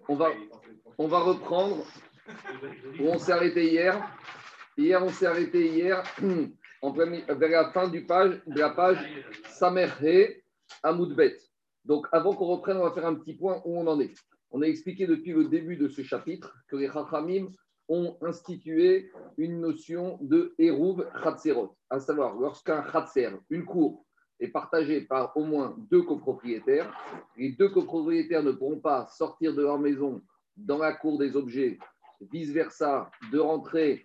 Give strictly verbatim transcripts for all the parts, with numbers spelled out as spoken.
on va, on va reprendre où on s'est arrêté hier. Hier, on s'est arrêté hier en premier, vers la fin du page, de la page Samerhe Amoudbet. Donc, avant qu'on reprenne, on va faire un petit point où on en est. On a expliqué depuis le début de ce chapitre que les Chachamim ont institué une notion de Hérouv Khatserot, à savoir lorsqu'un Khatser, une cour, est partagée par au moins deux copropriétaires, les deux copropriétaires ne pourront pas sortir de leur maison dans la cour des objets, vice-versa, de rentrer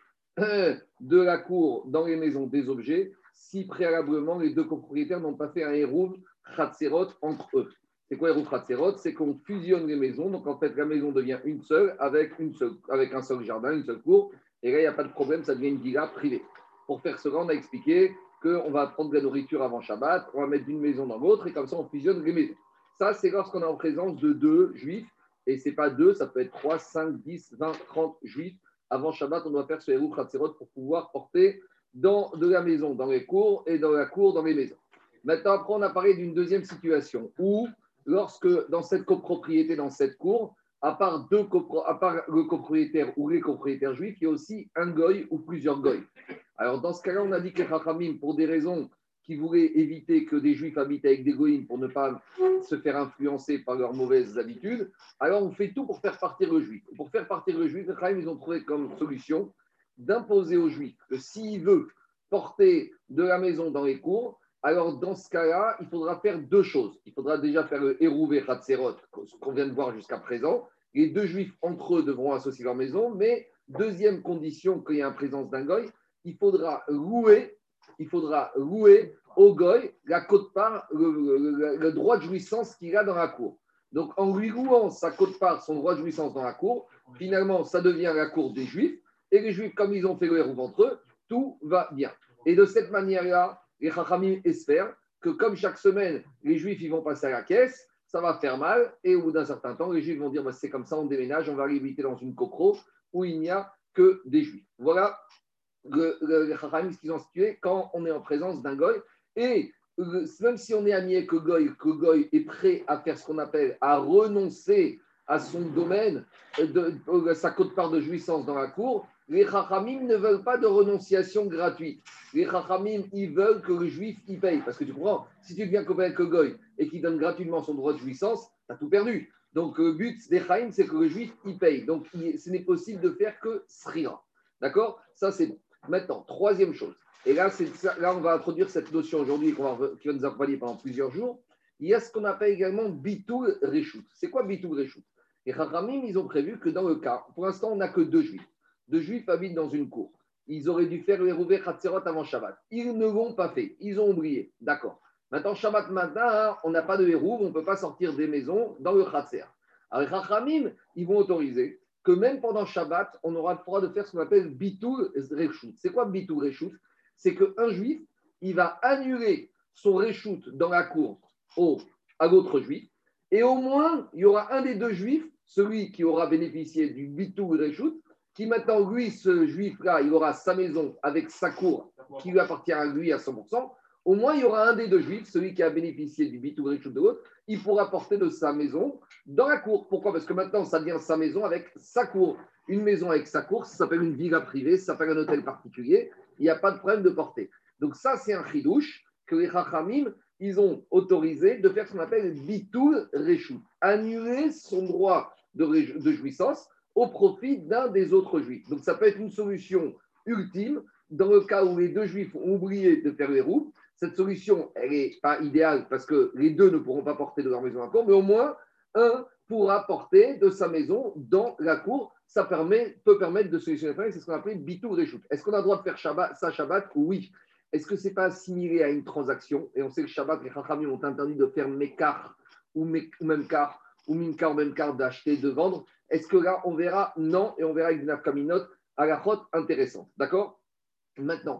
de la cour dans les maisons des objets, si préalablement les deux copropriétaires n'ont pas fait un Hérouv Khatserot entre eux. C'est quoi Hérouv Khatserot? C'est qu'on fusionne les maisons, donc en fait la maison devient une seule avec, une seule, avec un seul jardin, une seule cour, et là il n'y a pas de problème, ça devient une villa privée. Pour faire cela, on a expliqué qu'on va prendre de la nourriture avant Shabbat, on va mettre d'une maison dans l'autre, et comme ça on fusionne les maisons. Ça, c'est lorsqu'on est en présence de deux juifs, et ce n'est pas deux, ça peut être trois, cinq, dix, vingt, trente juifs. Avant Shabbat, on doit faire ce Hérouv Khatserot pour pouvoir porter dans de la maison, dans les cours, et dans la cour, dans les maisons. Maintenant, après, on a parlé d'une deuxième situation où, lorsque dans cette copropriété, dans cette cour, à part, deux copro- à part le copropriétaire ou les copropriétaires juifs, il y a aussi un goy ou plusieurs goy. Alors, dans ce cas-là, on a dit que les Chachamim, pour des raisons qui voulaient éviter que des juifs habitent avec des goyim pour ne pas se faire influencer par leurs mauvaises habitudes, alors on fait tout pour faire partir le juif. Pour faire partir le juif, les Chachamim, ils ont trouvé comme solution d'imposer aux juifs que s'il veut porter de la maison dans les cours, alors dans ce cas-là, il faudra faire deux choses. Il faudra déjà faire le Hérouv et Khatserot, qu'on vient de voir jusqu'à présent. Les deux juifs entre eux devront associer leur maison, mais deuxième condition, qu'il y ait une présence d'un goy, il faudra louer, il faudra louer au goy la quote-part, le, le, le droit de jouissance qu'il a dans la cour. Donc en lui louant sa quote-part, son droit de jouissance dans la cour, finalement ça devient la cour des juifs, et les juifs, comme ils ont fait le Hérouv entre eux, tout va bien. Et de cette manière-là, les Chachamim espèrent que comme chaque semaine, les Juifs ils vont passer à la caisse, ça va faire mal, et au bout d'un certain temps, les Juifs vont dire bah, c'est comme ça, on déménage, on va habiter dans une copro où il n'y a que des Juifs. Voilà le, le, les Chachamim ce qu'ils ont institué quand on est en présence d'un goy. Et le, même si on est ami avec le goy, que le goy est prêt à faire ce qu'on appelle à renoncer à son domaine, de, de, de sa quote-part de jouissance dans la cour, les Chachamim ne veulent pas de renonciation gratuite. Les Chachamim, ils veulent que le juif y paye. Parce que tu comprends, si tu deviens copain avec le goy et qu'il donne gratuitement son droit de jouissance, tu as tout perdu. Donc le but des Chaim, c'est que le juif y paye. Donc il, ce n'est possible de faire que srira. D'accord? Ça, c'est bon. Maintenant, troisième chose. Et là, c'est, là, on va introduire cette notion aujourd'hui qu'on va, qui va nous accompagner pendant plusieurs jours. Il y a ce qu'on appelle également bitul reshut. C'est quoi bitul reshut? Les Chachamim, ils ont prévu que dans le cas, pour l'instant, on n'a que deux juifs. Deux juifs habitent dans une cour. Ils auraient dû faire le Hérouv Khatserot avant Shabbat. Ils ne l'ont pas fait. Ils ont oublié. D'accord. Maintenant, Shabbat matin, hein, on n'a pas de Hérouv, on ne peut pas sortir des maisons dans le Khatser. Alors, les Chachamim, ils vont autoriser que même pendant Shabbat, on aura le droit de faire ce qu'on appelle Bitul Reshut. C'est quoi Bitul Reshut? C'est qu'un juif, il va annuler son Reshut dans la cour au, à l'autre juif. Et au moins, il y aura un des deux juifs, celui qui aura bénéficié du Bitul Reshut, qui maintenant, lui, ce juif-là, il aura sa maison avec sa cour qui lui appartient à lui à cent pour cent. Au moins, il y aura un des deux juifs, celui qui a bénéficié du bitul reshut de l'autre, il pourra porter de sa maison dans la cour. Pourquoi? Parce que maintenant, ça devient sa maison avec sa cour. Une maison avec sa cour, ça s'appelle une villa privée, ça s'appelle un hôtel particulier. Il n'y a pas de problème de porter. Donc ça, c'est un chidouche que les Chachamim, ils ont autorisé de faire ce qu'on appelle bitul reshut, annuler son droit de, ré- de jouissance au profit d'un des autres juifs. Donc ça peut être une solution ultime dans le cas où les deux juifs ont oublié de faire les roues. Cette solution, elle n'est pas idéale parce que les deux ne pourront pas porter de leur maison à la cour, mais au moins un pourra porter de sa maison dans la cour. Ça permet, peut permettre de solutionner le problème, c'est ce qu'on appelle bitul reshut. Est-ce qu'on a le droit de faire Shabbat, ça Shabbat? Oui. Est-ce que ce n'est pas assimilé à une transaction? Et on sait que Shabbat, les Chachamim ont interdit de faire Mekar ou, me, ou même Kar ou Minkar ou même Kar, d'acheter, de vendre. Est-ce que là, on verra? Non, et on verra avec des nafkaminot à la chôte intéressante. D'accord? Maintenant,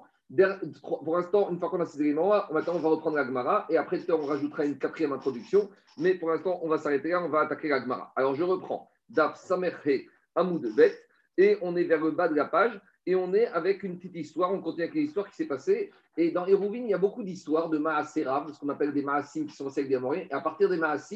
pour l'instant, une fois qu'on a ces éléments-là, maintenant on va reprendre la Gemara et après on rajoutera une quatrième introduction. Mais pour l'instant, on va s'arrêter là, on va attaquer la Gemara. Alors je reprends Daf Samerhe Amoud Bet et on est vers le bas de la page et on est avec une petite histoire. On continue avec l'histoire qui s'est passée. Et dans Hérouvin, il y a beaucoup d'histoires de Maaserav, ce qu'on appelle des Maasim qui sont celles des Amorim. Et à partir des Maasim,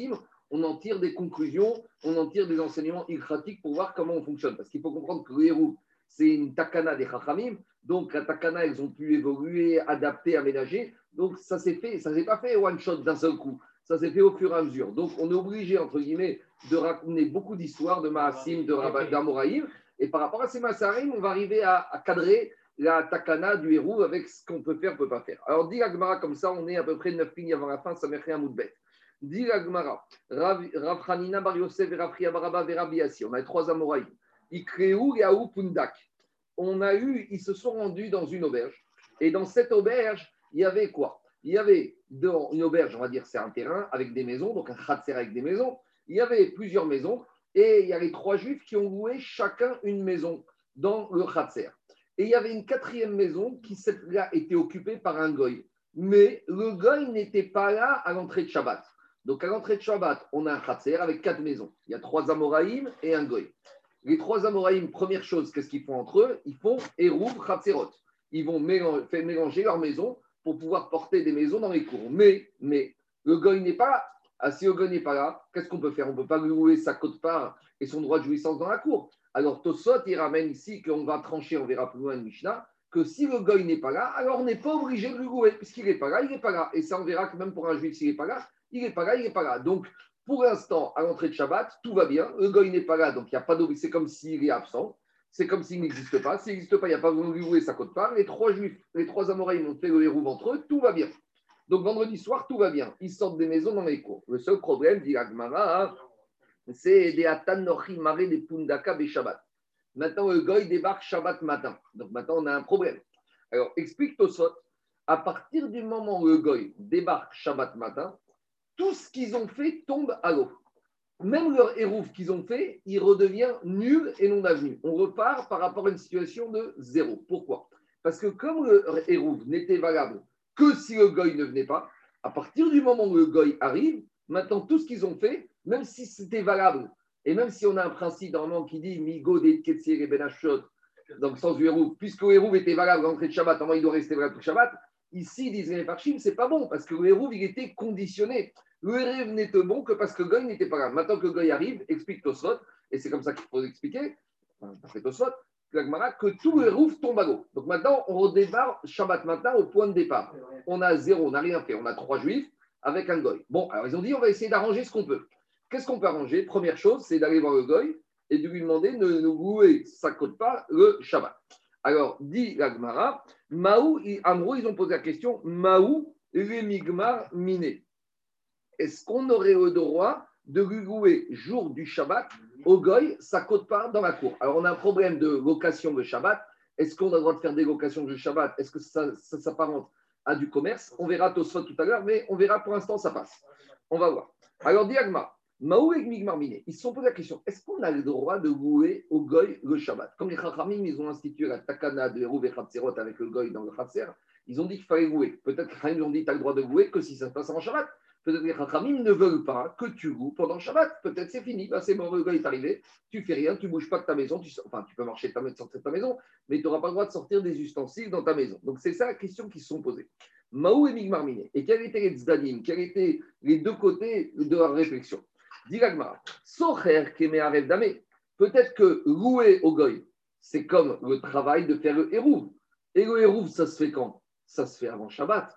on en tire des conclusions, on en tire des enseignements ilkratiques pour voir comment on fonctionne. Parce qu'il faut comprendre que le héros, c'est une takana des chachamim. Donc, la takana, elles ont pu évoluer, adapter, aménager. Donc, ça s'est fait, ça ne s'est pas fait one shot d'un seul coup. Ça s'est fait au fur et à mesure. Donc, on est obligé, entre guillemets, de raconter beaucoup d'histoires, de Maasim, de Rabat, d'Amoraïm. Et par rapport à ces Maasim, on va arriver à, à cadrer la takana du héros avec ce qu'on peut faire, on ne peut pas faire. Alors, dit Agmara comme ça, on est à peu près neuf lignes avant la fin, ça m'écrit un moudbet. Dit Agmara, Rav Hanina Bar Yosef et Rav Chia Baraba et Rabbi Yassi. On a trois Amoraïm. Ikreou et Aou Pundak. On a eu, ils se sont rendus dans une auberge. Et dans cette auberge, il y avait quoi? Il y avait dans une auberge, on va dire, c'est un terrain avec des maisons, donc un khatser avec des maisons. Il y avait plusieurs maisons et il y avait trois juifs qui ont loué chacun une maison dans le khatser. Et il y avait une quatrième maison qui, cette-là, était occupée par un goy. Mais le goy n'était pas là à l'entrée de Shabbat. Donc, à l'entrée de Shabbat, on a un khatser avec quatre maisons. Il y a trois Amoraïm et un goy. Les trois Amoraïm, première chose, qu'est-ce qu'ils font entre eux? Ils font Eruv Khatserot. Ils vont mélanger, faire mélanger leurs maisons pour pouvoir porter des maisons dans les cours. Mais, mais le goy n'est pas là. Ah, si le goy n'est pas là, qu'est-ce qu'on peut faire? On ne peut pas lui louer sa quote-part et son droit de jouissance dans la cour. Alors, Tosot, il ramène ici qu'on va trancher, on verra plus loin le Mishnah, que si le goy n'est pas là, alors on n'est pas obligé de lui louer. Puisqu'il n'est pas là, il n'est pas là. Et ça, on verra que même pour un juif, s'il n'est pas là, il n'est pas là, il n'est pas là. Donc, pour l'instant, à l'entrée de Shabbat, tout va bien. Le goy n'est pas là, donc il n'y a pas d'obligation. C'est comme s'il est absent. C'est comme s'il n'existe pas. S'il n'existe pas, il n'y a pas besoin de lui louer sa quote-part. Les trois juifs, les trois Amoraïm ont fait le hérouve entre eux, tout va bien. Donc, vendredi soir, tout va bien. Ils sortent des maisons dans les cours. Le seul problème, dit Agmara, hein, c'est des Atan Nochi Maré des Pundaka des Shabbat. Maintenant, le goy débarque Shabbat matin. Donc, maintenant, on a un problème. Alors, explique Tosot, à partir du moment où le goy débarque Shabbat matin, tout ce qu'ils ont fait tombe à l'eau. Même leur hérouf qu'ils ont fait, il redevient nul et non avenu. On repart par rapport à une situation de zéro. Pourquoi? Parce que comme le hérouf n'était valable que si le goy ne venait pas, à partir du moment où le goy arrive, maintenant tout ce qu'ils ont fait, même si c'était valable, et même si on a un principe normalement qui dit Migo de Ketsier et Benachot, dans le sens du hérouf, puisque le hérouf était valable à l'entrée de Shabbat, normalement il doit rester valable tout Shabbat, ici, disent les Farshim, c'est pas bon, parce que le hérouf, il était conditionné. Le hérouf n'était bon que parce que Goy n'était pas là. Maintenant que Goy arrive, explique Tosfot, et c'est comme ça qu'il faut expliquer, d'après Tosfot, que tout le hérouf tombe à l'eau. Donc maintenant, on redémarre Shabbat matin au point de départ. On a zéro, on n'a rien fait. On a trois juifs avec un Goy. Bon, alors ils ont dit, on va essayer d'arranger ce qu'on peut. Qu'est-ce qu'on peut arranger? Première chose, c'est d'aller voir le Goy et de lui demander de nous louer sa côte pas le Shabbat. Alors, dit l'Agmara, Maou, Amrou, ils ont posé la question, Maou, les Migmar miné. Est-ce qu'on aurait le droit de lui louer jour du Shabbat au Goy sa côte-part dans la cour? Alors, on a un problème de location de Shabbat. Est-ce qu'on a le droit de faire des locations de Shabbat? Est-ce que ça, ça s'apparente à du commerce? On verra Tosfot tout à l'heure, mais on verra pour l'instant, ça passe. On va voir. Alors, dit Agmara, Maou et Migmar miné, ils se sont posé la question, est-ce qu'on a le droit de louer au Goy le Shabbat? Comme les Chachamim, ils ont institué la takana de Hérouv et Khatserot avec le Goy dans le Khatser, ils ont dit qu'il fallait louer. Peut-être que les Chachamim ont dit que tu as le droit de louer que si ça se passe en Shabbat. Peut-être que les Chachamim ne veulent pas que tu loues pendant Shabbat. Peut-être c'est fini, bah, c'est bon, le Goy est arrivé, tu fais rien, tu ne bouges pas de ta maison, tu, enfin tu peux marcher de ta, sortir de ta maison, mais tu n'auras pas le droit de sortir des ustensiles dans ta maison. Donc c'est ça la question qui se sont posées. Maou et Migmar miné. Et quels étaient les tzdadim? Quels étaient les deux côtés de la réflexion? Peut-être que louer au goy, c'est comme le travail de faire le hérouv. Et le hérouv, ça se fait quand? Ça se fait avant Shabbat.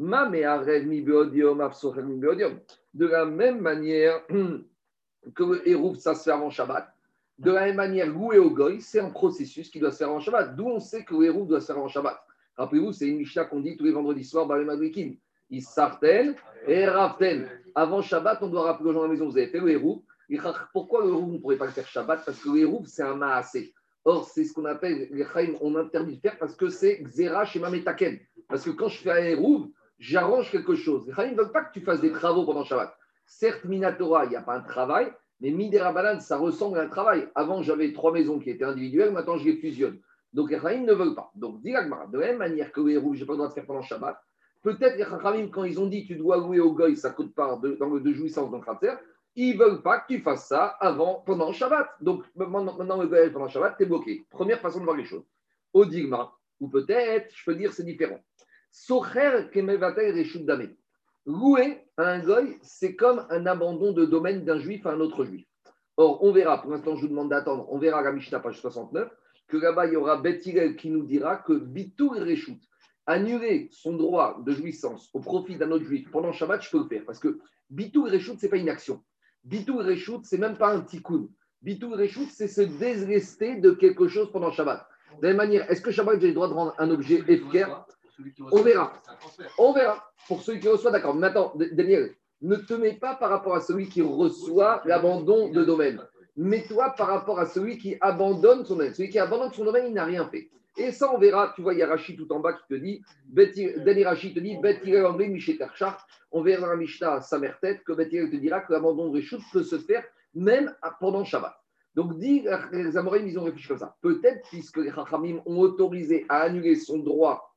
De la même manière que le hérouv, ça se fait avant Shabbat. De la même manière, louer au goy, c'est un processus qui doit se faire avant Shabbat. D'où on sait que le hérouv doit se faire avant Shabbat. Rappelez-vous, c'est une Mishnah qu'on dit tous les vendredis soirs dans les Madrikim. Isarten et Raften. Avant Shabbat, on doit rappeler aux gens à la maison, vous avez fait le hérouv. Pourquoi le hérouv, on ne pourrait pas le faire Shabbat? Parce que le hérouv, c'est un maasé. Or, c'est ce qu'on appelle, les Chaim, on interdit de faire parce que c'est Xera chez Mametaken. Parce que quand je fais un hérouv, j'arrange quelque chose. Les Chaim ne veulent pas que tu fasses des travaux pendant Shabbat. Certes, Minatora, il n'y a pas un travail, mais Midera ça ressemble à un travail. Avant, j'avais trois maisons qui étaient individuelles, maintenant, je les fusionne. Donc, les Chaim ne veulent pas. Donc, dit l'Agmara, de la même manière que le hérouv, je n'ai pas le droit de faire pendant Shabbat, peut-être les Chachamim, quand ils ont dit tu dois louer au goy, ça coûte pas de, dans le de jouissance dans le Khatser, ils ne veulent pas que tu fasses ça avant, pendant Shabbat. Donc maintenant, le goy pendant Shabbat, tu es bloqué. Première façon de voir les choses. Au Digma, ou peut-être, je peux dire, c'est différent. Socher kemevatel reshut damé. Louer à un goy, c'est comme un abandon de domaine d'un juif à un autre juif. Or, on verra, pour l'instant, je vous demande d'attendre, on verra à la Mishnah, page soixante-neuf, que là-bas, il y aura Beth Hillel qui nous dira que Bitou Reshut, annuler son droit de jouissance au profit d'un autre juif pendant Shabbat, je peux le faire. Parce que Bitou Reshut, ce n'est pas une action. Bitou Reshut, ce n'est même pas un tikkun. Bitou Reshut, c'est se délester de quelque chose pendant Shabbat. De la même manière, est-ce que Shabbat, j'ai le droit de rendre un objet efficace? On verra. On verra. Pour celui qui reçoit, d'accord. Maintenant, Daniel, ne te mets pas par rapport à celui qui reçoit l'abandon de domaine. Mets-toi par rapport à celui qui abandonne son domaine. Celui qui abandonne son domaine, il n'a rien fait. Et ça, on verra. Tu vois, il y a Rachid tout en bas qui te dit, Dani Rachid te dit, Bet Hillel Amri Mishet Terchar. On verra dans la Mishnah sa mère tête que Bet Hillel te dira que l'abandon de Reshut peut se faire même pendant Shabbat. Donc, dit, les Amoraïm, ils ont réfléchi comme ça. Peut-être, puisque les Chachamim ont autorisé à annuler son droit,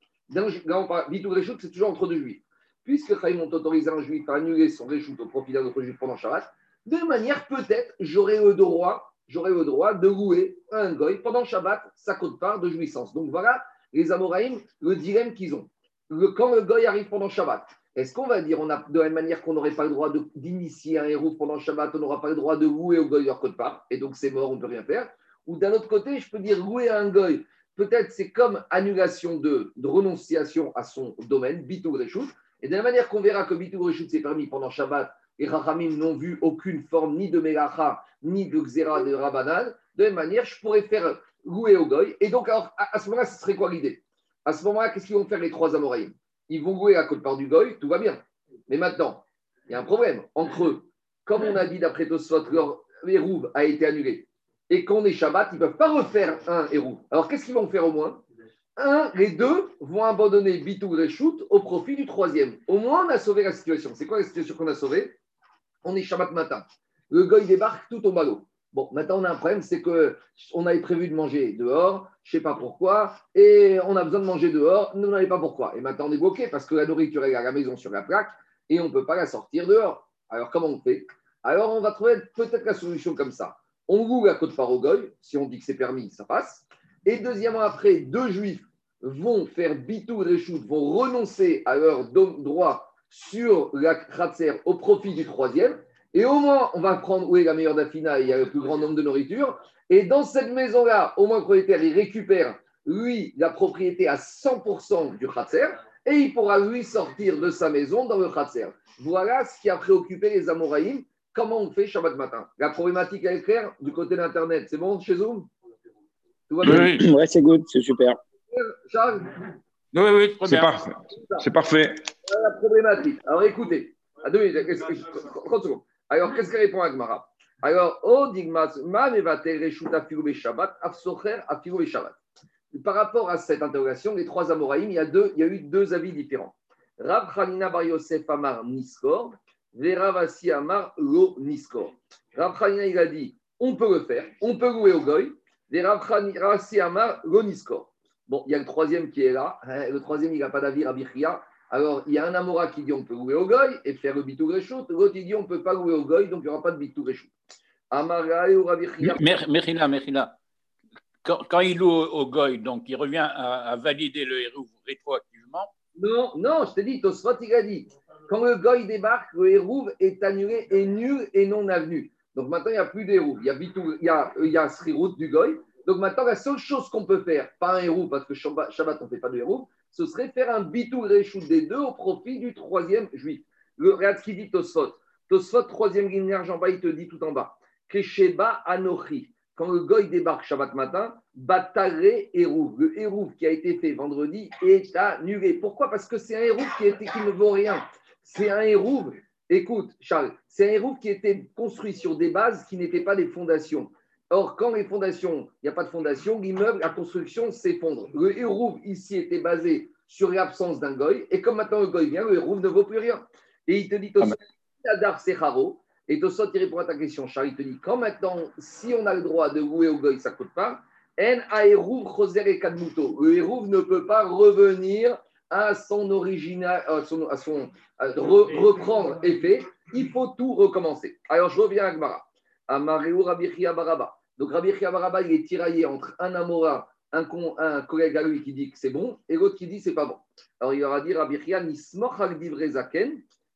Bitou Reshut, c'est toujours entre deux juifs. Puisque les Chachamim ont autorisé un juif à annuler son Reshut au profit d'un autre juif pendant Shabbat, de manière, peut-être, j'aurais le droit, j'aurais le droit de louer un goy pendant Shabbat, sa quote-part de jouissance. Donc, voilà, les Amoraïm, le dilemme qu'ils ont. Le, quand le goy arrive pendant Shabbat, est-ce qu'on va dire, on a, de la même manière qu'on n'aurait pas le droit de, d'initier un héros pendant Shabbat, on n'aura pas le droit de louer au goy leur quote-part, et donc c'est mort, on ne peut rien faire. Ou d'un autre côté, je peux dire louer à un goy, peut-être c'est comme annulation de, de renonciation à son domaine, Bitou Reshut. Et de la manière qu'on verra que Bitou Reshut s'est permis pendant Shabbat, et Rachamim n'ont vu aucune forme ni de Melacha, ni de Xéra de Rabbanan, de la même manière, je pourrais faire louer au goy. Et donc, alors, à, à ce moment-là, ce serait quoi l'idée? À ce moment-là, qu'est-ce qu'ils vont faire les trois Amoraïm? Ils vont louer à quote-part du goy, tout va bien. Mais maintenant, il y a un problème entre eux. Comme on a dit d'après Tosfot, leur hérouve a été annulé. Et qu'on est Shabbat, ils ne peuvent pas refaire un hérouve. Alors, qu'est-ce qu'ils vont faire au moins? Un, les deux vont abandonner Bitou Reshut au profit du troisième. Au moins, on a sauvé la situation. C'est quoi la situation qu'on a sauvée? On est Shabbat matin. Le goy débarque tout au malo. Bon, maintenant, on a un problème, c'est qu'on avait prévu de manger dehors, je ne sais pas pourquoi, et on a besoin de manger dehors, nous, on n'avait pas pourquoi. Et maintenant, on est bloqué parce que la nourriture est à la maison sur la plaque et on ne peut pas la sortir dehors. Alors, comment on fait? Alors, on va trouver peut-être la solution comme ça. On loue la quote-part au goy, si on dit que c'est permis, ça passe. Et deuxièmement, après, deux juifs vont faire Bitou Reshut, vont renoncer à leur droit sur la kratzer au profit du troisième. Et au moins, on va prendre où est la meilleure dafina, il y a le plus grand nombre de nourriture. Et dans cette maison-là, au moins, le propriétaire, il récupère, lui, la propriété à cent pour cent du khatser, et il pourra, lui, sortir de sa maison dans le khatser. Voilà ce qui a préoccupé les Amoraïm. Comment on fait Shabbat matin? La problématique, elle est claire du côté d'Internet. C'est bon chez Zoom? Tout va bien? Oui, ouais, c'est good, c'est super. Charles? Oui, oui, très bien. Parfait. C'est parfait. Voilà la problématique. Alors, écoutez. À deux minutes, trente secondes. Alors, qu'est-ce qu'elle répond à Gmara? Alors, oh, digmas, ma mevate reshut afilu beshabbat, afsocher afilu beshabbat. Par rapport à cette interrogation, les trois Amoraïm, il y a, deux, il y a eu deux avis différents. Rav Chanina bar Yosef amar niskor, Rav Assi amar lo niskor. Rav Chanina, il a dit, on peut le faire, on peut louer au goy, et Rav Assi amar lo niskor. Bon, il y a le troisième qui est là. Le troisième, il n'a pas d'avis, Rabbi Chia. Alors, il y a un Amora qui dit on peut louer au goy et faire le bitou reshut. L'autre, il dit on ne peut pas louer au goy, donc il n'y aura pas de bitou reshut. Amara ou Rabbi Chia. Mechila, Mechila. Quand, quand il loue au goy, donc il revient à, à valider le héros rétroactivement. Non, non, je te dis, Tosfot, il a dit quand le goy débarque, le hérouve est annulé, est nul et non avenu. Donc maintenant, il n'y a plus d'hérouve. Il y a bitou, il y a, il y a srirout du goy. Donc maintenant, la seule chose qu'on peut faire, pas un hérouve, parce que Shabbat, on ne fait pas de hérouve, ce serait faire un bitou reshut des deux au profit du troisième juif. Le regarde ce qu'il dit Tosfot. Tosfot, troisième ligne en bas, il te dit tout en bas. Kesheba Anochi. Quand le goy débarque Shabbat matin, Batare hérouve. Le hérouve qui a été fait vendredi est annulé. Pourquoi? Parce que c'est un hérouve qui, était, qui ne vaut rien. C'est un hérouve, écoute Charles, c'est un hérouve qui était construit sur des bases qui n'étaient pas des fondations. Or, quand les fondations, il n'y a pas de fondation, l'immeuble, la construction s'effondre. Le hérouve ici était basé sur l'absence d'un goy, et comme maintenant le goy vient, le hérouve ne vaut plus rien. Et il te dit, Tosot, Adar Secharo, et Tosot, il répond à ta question, Charles, il te dit, quand maintenant, si on a le droit de louer au goy, ça ne coûte pas, En a hérouve choser et kadmuto. Le hérouve ne peut pas revenir à son original, à son, à son à re, reprendre effet, il faut tout recommencer. Alors, je reviens à Gmara. Amareu Rabbi Chia Baraba. Donc, Rabbi Chia Baraba, il est tiraillé entre un Amora, un, con, un collègue à lui qui dit que c'est bon, et l'autre qui dit que c'est pas bon. Alors, il aura dit Rabbi Chia, Nismoch al divrei zaken,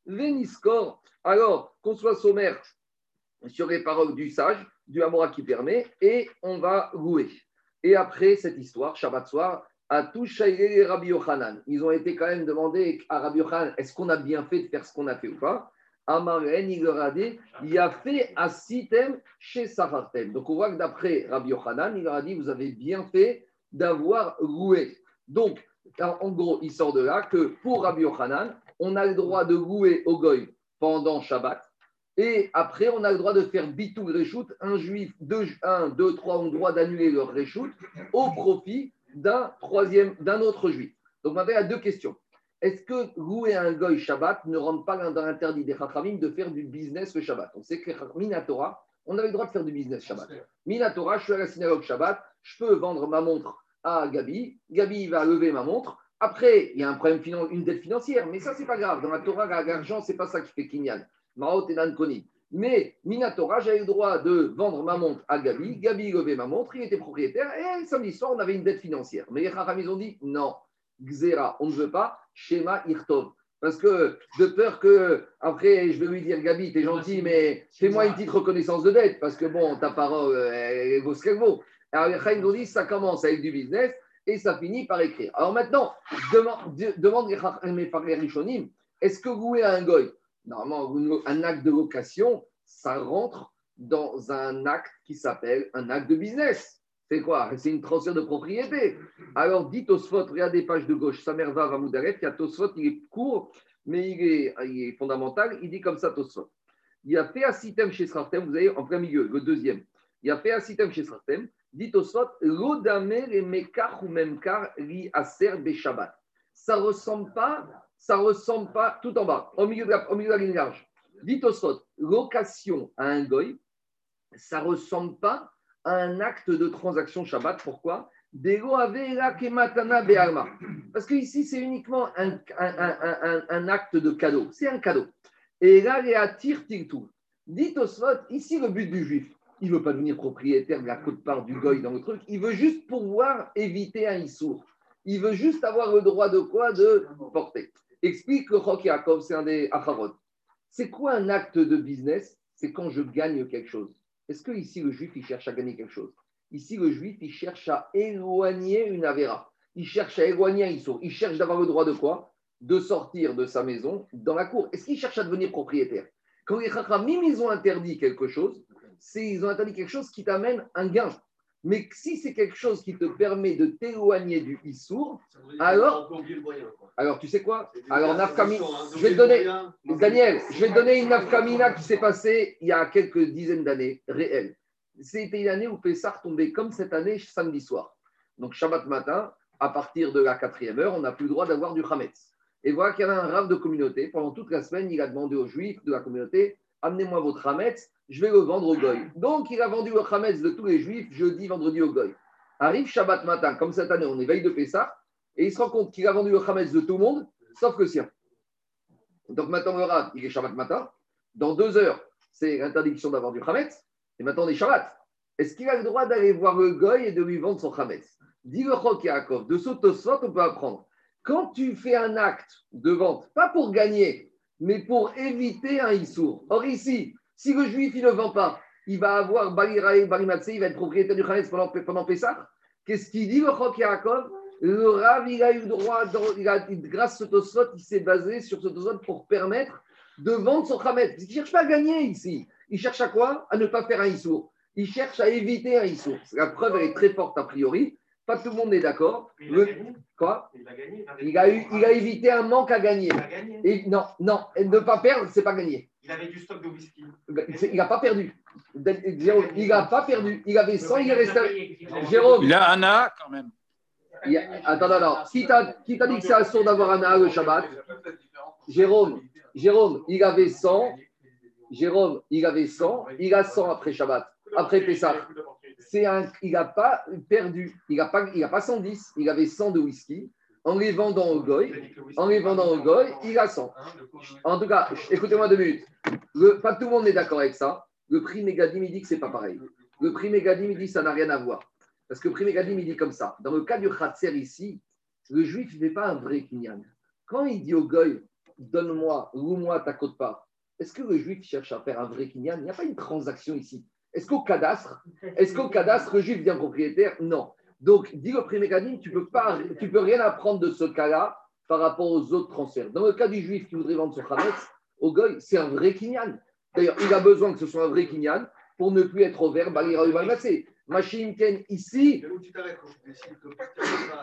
Véniscore. Alors, qu'on soit sommaire sur les paroles du sage, du Hamora qui permet, et on va louer. Et après cette histoire, Shabbat soir, à tout Shaïlé et Rabbi Yochanan, ils ont été quand même demandés à Rabbi Yochanan, est-ce qu'on a bien fait de faire ce qu'on a fait ou pas? Amaren, il leur a dit, il a fait à Sitem chez Safartem. Donc on voit que d'après Rabbi Yochanan, il leur a dit, vous avez bien fait d'avoir loué. Donc, en gros, il sort de là que pour Rabbi Yochanan, on a le droit de louer au Goy pendant Shabbat. Et après, on a le droit de faire bitou reshoot. Un juif, deux, un, deux, trois ont le droit d'annuler leur reshoot au profit d'un troisième, d'un autre juif. Donc maintenant, il y a deux questions. Est-ce que louer un goy Shabbat ne rentre pas dans l'interdit des Chachamim de faire du business le Shabbat? On sait que Minatora, on avait le droit de faire du business Shabbat. Minatora, je suis à la synagogue Shabbat, je peux vendre ma montre à Gabi. Gabi va lever ma montre. Après, il y a un problème, une dette financière, mais ça, c'est pas grave. Dans la Torah, l'argent, c'est pas ça qui fait Kinyan. Maot et Nankoni. Mais Minatora, j'avais le droit de vendre ma montre à Gabi. Gabi levait ma montre, il était propriétaire. Et samedi soir, on avait une dette financière. Mais les Chacham, ils ont dit non, Gzera, on ne veut pas, Shema Irtov. Parce que de peur que, après, je vais lui dire, Gabi, t'es gentil, mais fais-moi une petite reconnaissance de dette. Parce que bon, ta parole, elle vaut ce qu'elle vaut. Alors les Chacham, ils ont dit, ça commence avec du business et ça finit par écrire. Alors maintenant, demande, demande les Chacham par les Rishonim, est-ce que vous louez à un goy? Normalement, un acte de location, ça rentre dans un acte qui s'appelle un acte de business. C'est quoi? C'est une transfert de propriété. Alors, dit Tosfot, regardez page de gauche, Samerva Vamoudalef, il y a Tosfot, il est court, mais il est, il est fondamental. Il dit comme ça, Tosfot. Il y a fait un système chez Sraftem, vous avez en plein milieu, le deuxième. Il y a fait un système chez Sraftem, dit Tosfot, l'odamer et mekar ou memkar li aser be Shabbat. Ça ne ressemble pas. Ça ne ressemble pas, tout en bas, au milieu de la, au milieu de la ligne large. Dit Tosfot, location à un goy, ça ne ressemble pas à un acte de transaction Shabbat. Pourquoi? Parce qu'ici, c'est uniquement un, un, un, un, un acte de cadeau. C'est un cadeau. Et là, il y a tir, tir, tout. Dit Tosfot, ici, le but du juif, il ne veut pas devenir propriétaire de la quote-part du goy dans le truc, il veut juste pouvoir éviter un issour. Il veut juste avoir le droit de quoi? De porter. Explique que Chok Yaakov, c'est un des acharot. C'est quoi un acte de business? C'est quand je gagne quelque chose. Est-ce que ici le juif, il cherche à gagner quelque chose? Ici, le juif, il cherche à éloigner une avéra. Il cherche à éloigner un issour. Il cherche d'avoir le droit de quoi? De sortir de sa maison dans la cour. Est-ce qu'il cherche à devenir propriétaire? Quand les Chachamim, ils ont interdit quelque chose, c'est ils ont interdit quelque chose qui t'amène un gain. Mais si c'est quelque chose qui te permet de t'éloigner du Issour, alors, alors tu sais quoi? Alors, Nafkamina, je vais te donner, Daniel, je vais te donner une Nafkamina qui s'est passée il y a quelques dizaines d'années, réelle. C'était une année où Pessah tombait comme cette année, samedi soir. Donc, Shabbat matin, à partir de la quatrième heure, on n'a plus le droit d'avoir du Hametz. Et voilà qu'il y avait un rave de communauté. Pendant toute la semaine, il a demandé aux Juifs de la communauté, amenez-moi votre Hametz, je vais le vendre au Goy. Donc, il a vendu le Hametz de tous les Juifs, jeudi, vendredi au Goy. Arrive Shabbat matin, comme cette année, on est veille de Pessah, et il se rend compte qu'il a vendu le Hametz de tout le monde, sauf le sien. Donc, maintenant, le rave, il est Shabbat matin. Dans deux heures, c'est l'interdiction d'avoir du Hametz. Et maintenant, on est Shabbat. Est-ce qu'il a le droit d'aller voir le Goy et de lui vendre son Hametz? Dit le Chok Yaakov, de ce Tosfot, on peut apprendre. Quand tu fais un acte de vente, pas pour gagner, mais pour éviter un Issour. Or ici, si le juif, il ne vend pas, il va avoir Baliraï, Balimatse, il va être propriétaire du Hametz pendant, pendant Pessah. Qu'est-ce qu'il dit, le Chok Yaakov? Le Rav, il a eu le droit, il a, grâce à ce Tosfot, il s'est basé sur ce Tosfot pour permettre de vendre son Hametz. Il ne cherche pas à gagner ici. Il cherche à quoi? À ne pas faire un Issour. Il cherche à éviter un Issour. La preuve, elle est très forte a priori. Pas tout le monde n'est d'accord. Le... Quoi? Il a gagné. Il a, eu, il a évité un manque à gagner. Il a gagné. Et non, non, et ne pas perdre, c'est pas gagner. Il avait du stock de whisky. Il n'a pas perdu. Il n'a pas perdu. Il avait cent, il est resté. Jérôme. Il a un A quand même. Il a... Attends, attends. Qui t'a dit que c'est assourd d'avoir un A le Shabbat? Jérôme. Jérôme, il avait cent. Jérôme, il avait cent. Il a cent après Shabbat. Après Pessah. C'est un, il n'a pas perdu, il n'a pas, il a pas cent dix, il avait cent de whisky. En les vendant au Goy, en les vendant au Goy, il a cent. En tout cas, écoutez-moi deux minutes. Le, pas tout le monde est d'accord avec ça. Le prix Megadim, il dit que ce n'est pas pareil. Le prix Megadim, il dit que ça n'a rien à voir. Parce que le prix Megadim, il dit comme ça. Dans le cas du Khatser ici, le juif, il ne fait pas un vrai kinyan. Quand il dit au Goy, donne-moi, loue-moi ta quote-part. Est-ce que le juif cherche à faire un vrai kinyan? Il n'y a pas une transaction ici. Est-ce qu'au cadastre, est-ce qu'au cadastre, le juif devient propriétaire? Non. Donc, dit le premier Gadim, tu ne peux, pas, tu peux rien apprendre de ce cas-là par rapport aux autres transferts. Dans le cas du juif qui voudrait vendre son Khametz, au goy, c'est un vrai kinyan. D'ailleurs, il a besoin que ce soit un vrai kinyan pour ne plus être au vert, balira ou balmassé. Machine Ken ici. Mais où tu t'arrêtes quand tu décides que pas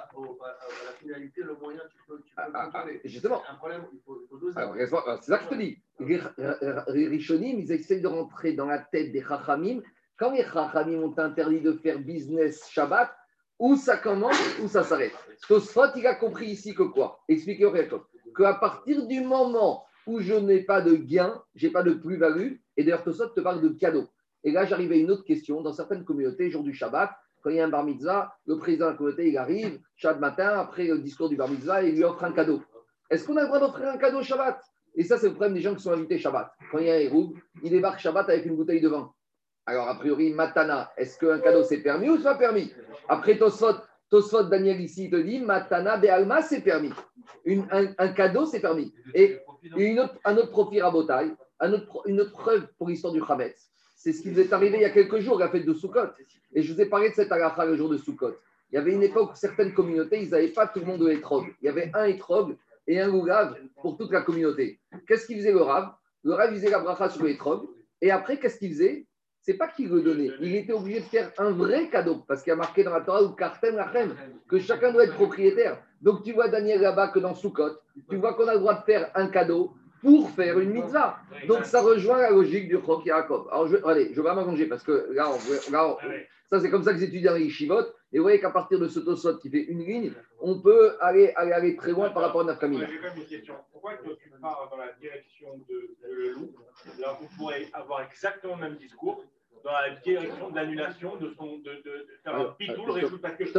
à la finalité, le moyen, tu peux, tu peux ah, le contrôler. Ah, justement. C'est un problème, il faut, il faut doser. Alors, c'est ça que je te dis. Les, les Rishonim, ils essayent de rentrer dans la tête des Chachamim. Quand les Chachamim ont interdit de faire business Shabbat, où ça commence, où ça s'arrête. Tosfot, il a compris ici que quoi? Expliquez au Réacom. Qu'à partir du moment où je n'ai pas de gain, je n'ai pas de plus-value, et d'ailleurs Tosfot te parle de cadeau. Et là, j'arrive à une autre question. Dans certaines communautés, jour du Shabbat, quand il y a un bar mitzvah, le président de la communauté, il arrive, Shabbat matin, après le discours du bar mitzvah, et il lui offre un cadeau. Est-ce qu'on a le droit d'offrir un cadeau Shabbat? Et ça, c'est le problème des gens qui sont invités Shabbat. Quand il y a un héroub, il débarque Shabbat avec une bouteille de vin. Alors, a priori, Matana, est-ce qu'un cadeau c'est permis ou c'est pas permis? Après Tosfot, Tosfot Daniel ici il te dit Matana Be'alma c'est permis. Une, un, un cadeau c'est permis. Et, et une autre, un autre profil à Botaï, un autre, une autre preuve pour l'histoire du Khametz. C'est ce qui vous est arrivé il y a quelques jours à la fête de Sukkot. Et je vous ai parlé de cette halakha le jour de Sukkot. Il y avait une époque où certaines communautés, ils n'avaient pas tout le monde de étrog. Il y avait un étrog et un loulav pour toute la communauté. Qu'est-ce qu'il faisait le Rav? Le Rav faisait la bracha sur l'étrog. Et après, qu'est-ce qu'il faisait? C'est pas qu'il le donnait. Il était obligé de faire un vrai cadeau. Parce qu'il y a marqué dans la Torah ou Kartem Lachem que chacun doit être propriétaire. Donc tu vois, Daniel, là-bas, que dans Sukkot, tu vois qu'on a le droit de faire un cadeau pour faire une mitzvah. Donc ça rejoint la logique du Chok Yaakov. Alors je, allez, je vais m'allonger parce que là, on, là on, ça c'est comme ça que les étudiants les Yeshivot. Et vous voyez qu'à partir de ce Tosot qui fait une ligne, on peut aller, aller, aller très loin par rapport à notre famille. J'ai quand même une question. Pourquoi tu pars dans la direction de, de le loup, là où on pourrait avoir exactement le même discours dans la direction de l'annulation de son de, de, de faire un pitou, résoudre parce que je te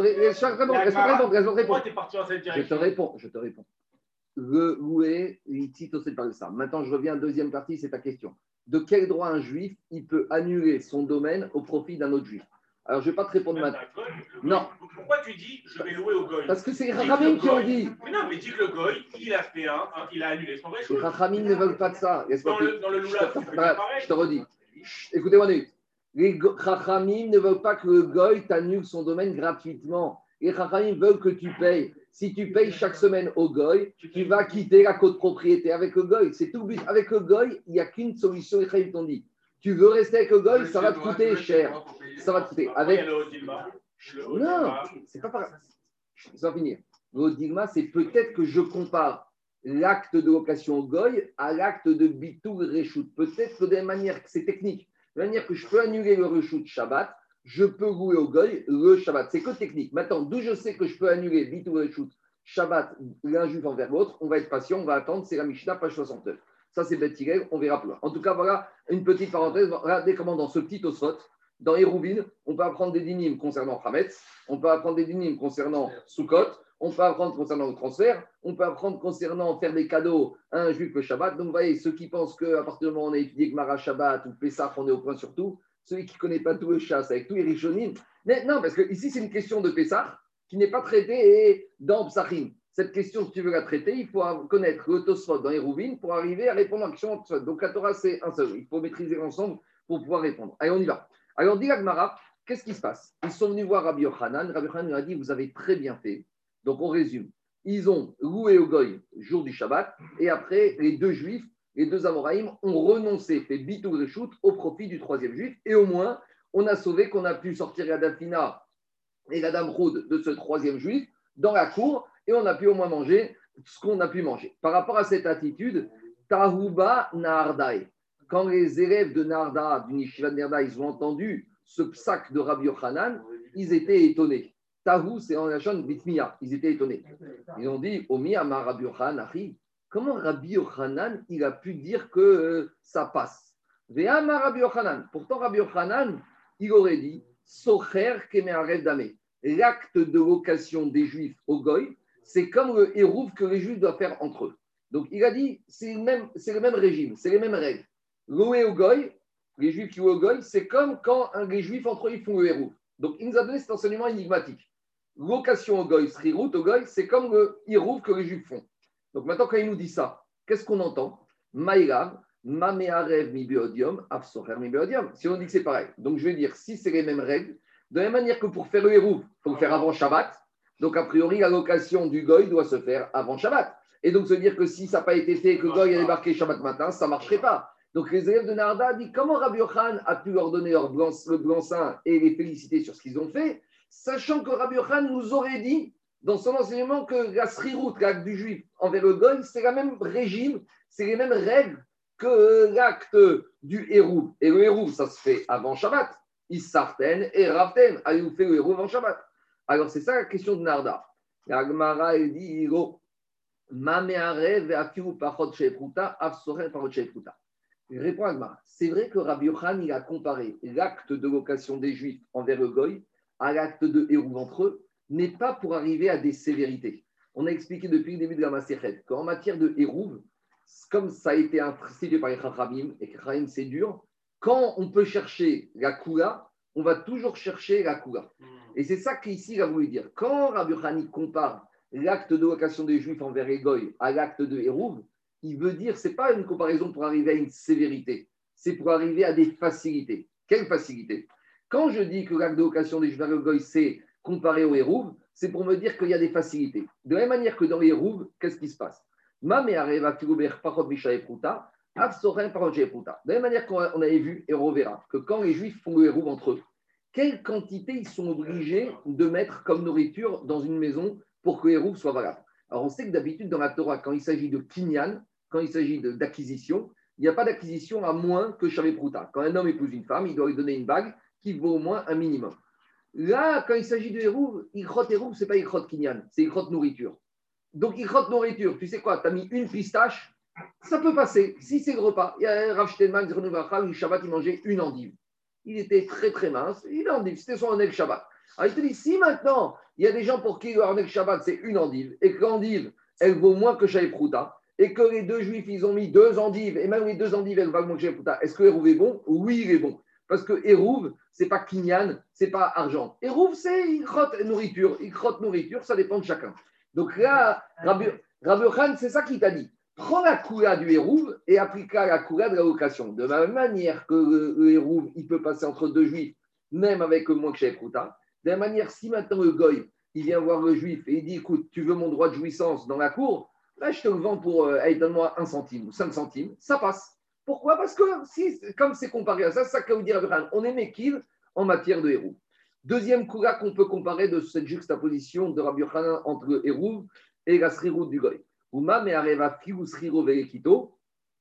réponds. Pourquoi tu es parti dans cette direction? Je te réponds, je te réponds. Le loué, il cite aussi par ça. Maintenant, je reviens à la deuxième partie, c'est ta question. De quel droit un juif il peut annuler son domaine au profit d'un autre juif? Alors, je ne vais pas te répondre maintenant. Non. Pourquoi tu dis je vais louer au goy? Parce que c'est les Rachamim qui ont dit. Mais non, mais dis que le goy, il a fait un, il a annulé son vrai chose. Les Rachamim ne veulent pas de ça. Dans le, dans le loulav, tu peux dire pareil. Je te redis. Écoutez-moi une minute. Les Rachamim ne veulent pas que le goy t'annule son domaine gratuitement. Les Rachamim veulent que tu payes. Si tu payes chaque semaine au goy, tu vas quitter la copropriété avec le goy. C'est tout le but. Avec le goy, il n'y a qu'une solution. Les Rachamim t'ont dit. Tu veux rester avec le goy, ça va te coûter cher. Ça va te coûter. Avec... Non, c'est pas pareil. Ça va finir. Le digma, c'est peut-être que je compare l'acte de location au goy à l'acte de bitou reshoot. Peut-être que de la manière, c'est technique, de la manière que je peux annuler le reshoot Shabbat, je peux louer au goy le Shabbat. C'est que technique. Maintenant, d'où je sais que je peux annuler bitou reshoot Shabbat l'un juif envers l'autre, on va être patient, on va attendre. C'est la Mishnah, page soixante-neuf. Ça, c'est Beth Hillel, on verra plus loin. En tout cas, voilà une petite parenthèse. Regardez comment dans ce petit Tosfot, dans Hérouvine, on peut apprendre des dynimes concernant Hametz, on peut apprendre des dynimes concernant Sukkot, on peut apprendre concernant le transfert, on peut apprendre concernant faire des cadeaux à un juif le Shabbat. Donc, vous voyez, ceux qui pensent qu'à partir du moment où on a étudié Gemara Shabbat ou Pessah, on est au point sur tout, celui qui ne connaît pas tout le chasse avec tous les Rishonim. Mais non, parce que ici, c'est une question de Pessah qui n'est pas traitée dans Psachim. Cette question, si tu veux la traiter, il faut connaître le Tosfot dans les Hérouvines pour arriver à répondre à la question. Donc, la Torah, c'est un seul. Il faut maîtriser l'ensemble pour pouvoir répondre. Allez, on y va. Alors, dit la Gemara, qu'est-ce qui se passe? Ils sont venus voir Rabbi Yochanan. Rabbi Yochanan lui a dit, vous avez très bien fait. Donc, on résume. Ils ont loué au goy jour du Shabbat. Et après, les deux juifs, les deux Amoraïm, ont renoncé, fait bitou reshoot au profit du troisième juif. Et au moins, on a sauvé qu'on a pu sortir la Dafina et la Dame Roud de ce troisième juif dans la cour. Et on a pu au moins manger ce qu'on a pu manger. Par rapport à cette attitude, Tahuba Nahardai, quand les élèves de Narda, du Yeshiva de Narda, ils ont entendu ce psak de Rabbi Yochanan, ils étaient étonnés. Tahou, c'est en lachon bitmiya, ils étaient étonnés. Ils ont dit, Omi Amar Rabbi Yochanan, comment Rabbi Yochanan, il a pu dire que euh, ça passe? Ve'amar Rabbi Yochanan, pourtant Rabbi Yochanan, il aurait dit, Socher keme'arev damé, l'acte de location des Juifs au Goy, c'est comme le hérouve que les Juifs doivent faire entre eux. Donc, il a dit, c'est le même, c'est le même régime, c'est les mêmes règles. Louer au Goy, les Juifs qui louent au Goy, c'est comme quand un, les Juifs entre eux, ils font le hérouve. Donc, il nous a donné cet enseignement énigmatique. Location au Goy, srirout au Goy, c'est comme le hérouve que les Juifs font. Donc, maintenant, quand il nous dit ça, Qu'est-ce qu'on entend? Maïlav, Mamearev mi beodium, Afsocher mi beodium. Si on dit que c'est pareil. Donc je vais dire, si c'est les mêmes règles, de la même manière que pour faire le hérouv, il faut le faire avant Shabbat. Donc a priori, la location du goy doit se faire avant Shabbat. Et donc se dire que si ça n'a pas été fait et que le goy a débarqué Shabbat matin, ça ne marcherait pas. Donc les élèves de Narda disent comment Rabbi Yochanan a pu leur donner leur blanc, le blanc-seing et les féliciter sur ce qu'ils ont fait, sachant que Rabbi Yochanan nous aurait dit dans son enseignement que la srirout, l'acte du juif envers le goy, c'est le même régime, c'est les mêmes règles que l'acte du hérouv. Et le hérouv, ça se fait avant Shabbat. Issarten et Ravten. Allez, vous faites le hérouv avant Shabbat. Alors c'est ça la question de Narda. La Gemara, elle dit Mamearev afiu parot sheepruta afsorer parot sheepruta. Il répond à Gemara. C'est vrai que Rabbi Yochanan, il a comparé l'acte de location des Juifs envers le goy à l'acte de hérouv entre eux, mais pas pour arriver à des sévérités. On a expliqué depuis le début de la Masechet qu'en matière de hérouv, comme ça a été institué par les Chachamim, et Chachamim c'est dur, quand on peut chercher la Kula, on va toujours chercher la Kula. Et c'est ça qu'ici il a voulu dire. Quand Rabbi Yochanan compare l'acte de location des Juifs envers les goy à l'acte de hérouv, il veut dire, ce n'est pas une comparaison pour arriver à une sévérité, c'est pour arriver à des facilités. Quelle facilité? Quand je dis que l'acte de location des Juifs vers le goy, c'est comparé au hérouv, c'est pour me dire qu'il y a des facilités. De la même manière que dans les hérouv, qu'est-ce qui se passe? De la même manière qu'on avait vu, et on reverra, que quand les Juifs font le hérouv entre eux, quelle quantité ils sont obligés de mettre comme nourriture dans une maison pour que le hérouv soit valable? Alors on sait que d'habitude dans la Torah, quand il s'agit de kinyan, quand il s'agit de, d'acquisition, il n'y a pas d'acquisition à moins que Shavé Prouta. Quand un homme épouse une femme, il doit lui donner une bague qui vaut au moins un minimum. Là, quand il s'agit de hérouv, Ikrot hérouv, ce n'est pas Ikrot kinyan, c'est Ikrot nourriture. Donc Ikrot nourriture, tu sais quoi, tu as mis une pistache, ça peut passer. Si c'est le repas, il y a un Rav Shtelman, le Shabbat, il mangeait une endive. Il était très très mince, il est endive, c'était son Oneg Shabbat. Alors il te dit, si maintenant, il y a des gens pour qui le Oneg Shabbat, c'est une endive, et que l'endive, elle vaut moins que Shavé Prouta, et que les deux juifs, ils ont mis deux endives, et même les deux endives, elles valent moins que Shavé Prouta, est-ce que hérouv est bon? Oui, il est bon. Parce que hérouv, ce n'est pas kinyan, ce n'est pas argent. Hérouv, c'est ikrot nourriture. Ikrot nourriture, ça dépend de chacun. Donc là, Rabbi Yochanan, c'est ça qu'il t'a dit. Prends la coula du hérouv et applique-la à la coula de la location. De la même manière que le, le hérouv, il peut passer entre deux juifs, même avec moins que Shavé Prouta. De la même manière, si maintenant le goy, il vient voir le juif et il dit, écoute, tu veux mon droit de jouissance dans la cour, là, je te le vends pour, euh, allez, donne-moi un centime ou cinq centimes, ça passe. Pourquoi? Parce que si, comme c'est comparé à ça, c'est ça que veut dire Abraham. On est méquille en matière de hérouv. Deuxième coula qu'on peut comparer de cette juxtaposition de Rabbi Yochanan entre le hérouv et la srirout du goy. Uma me areva figu sriro velekito,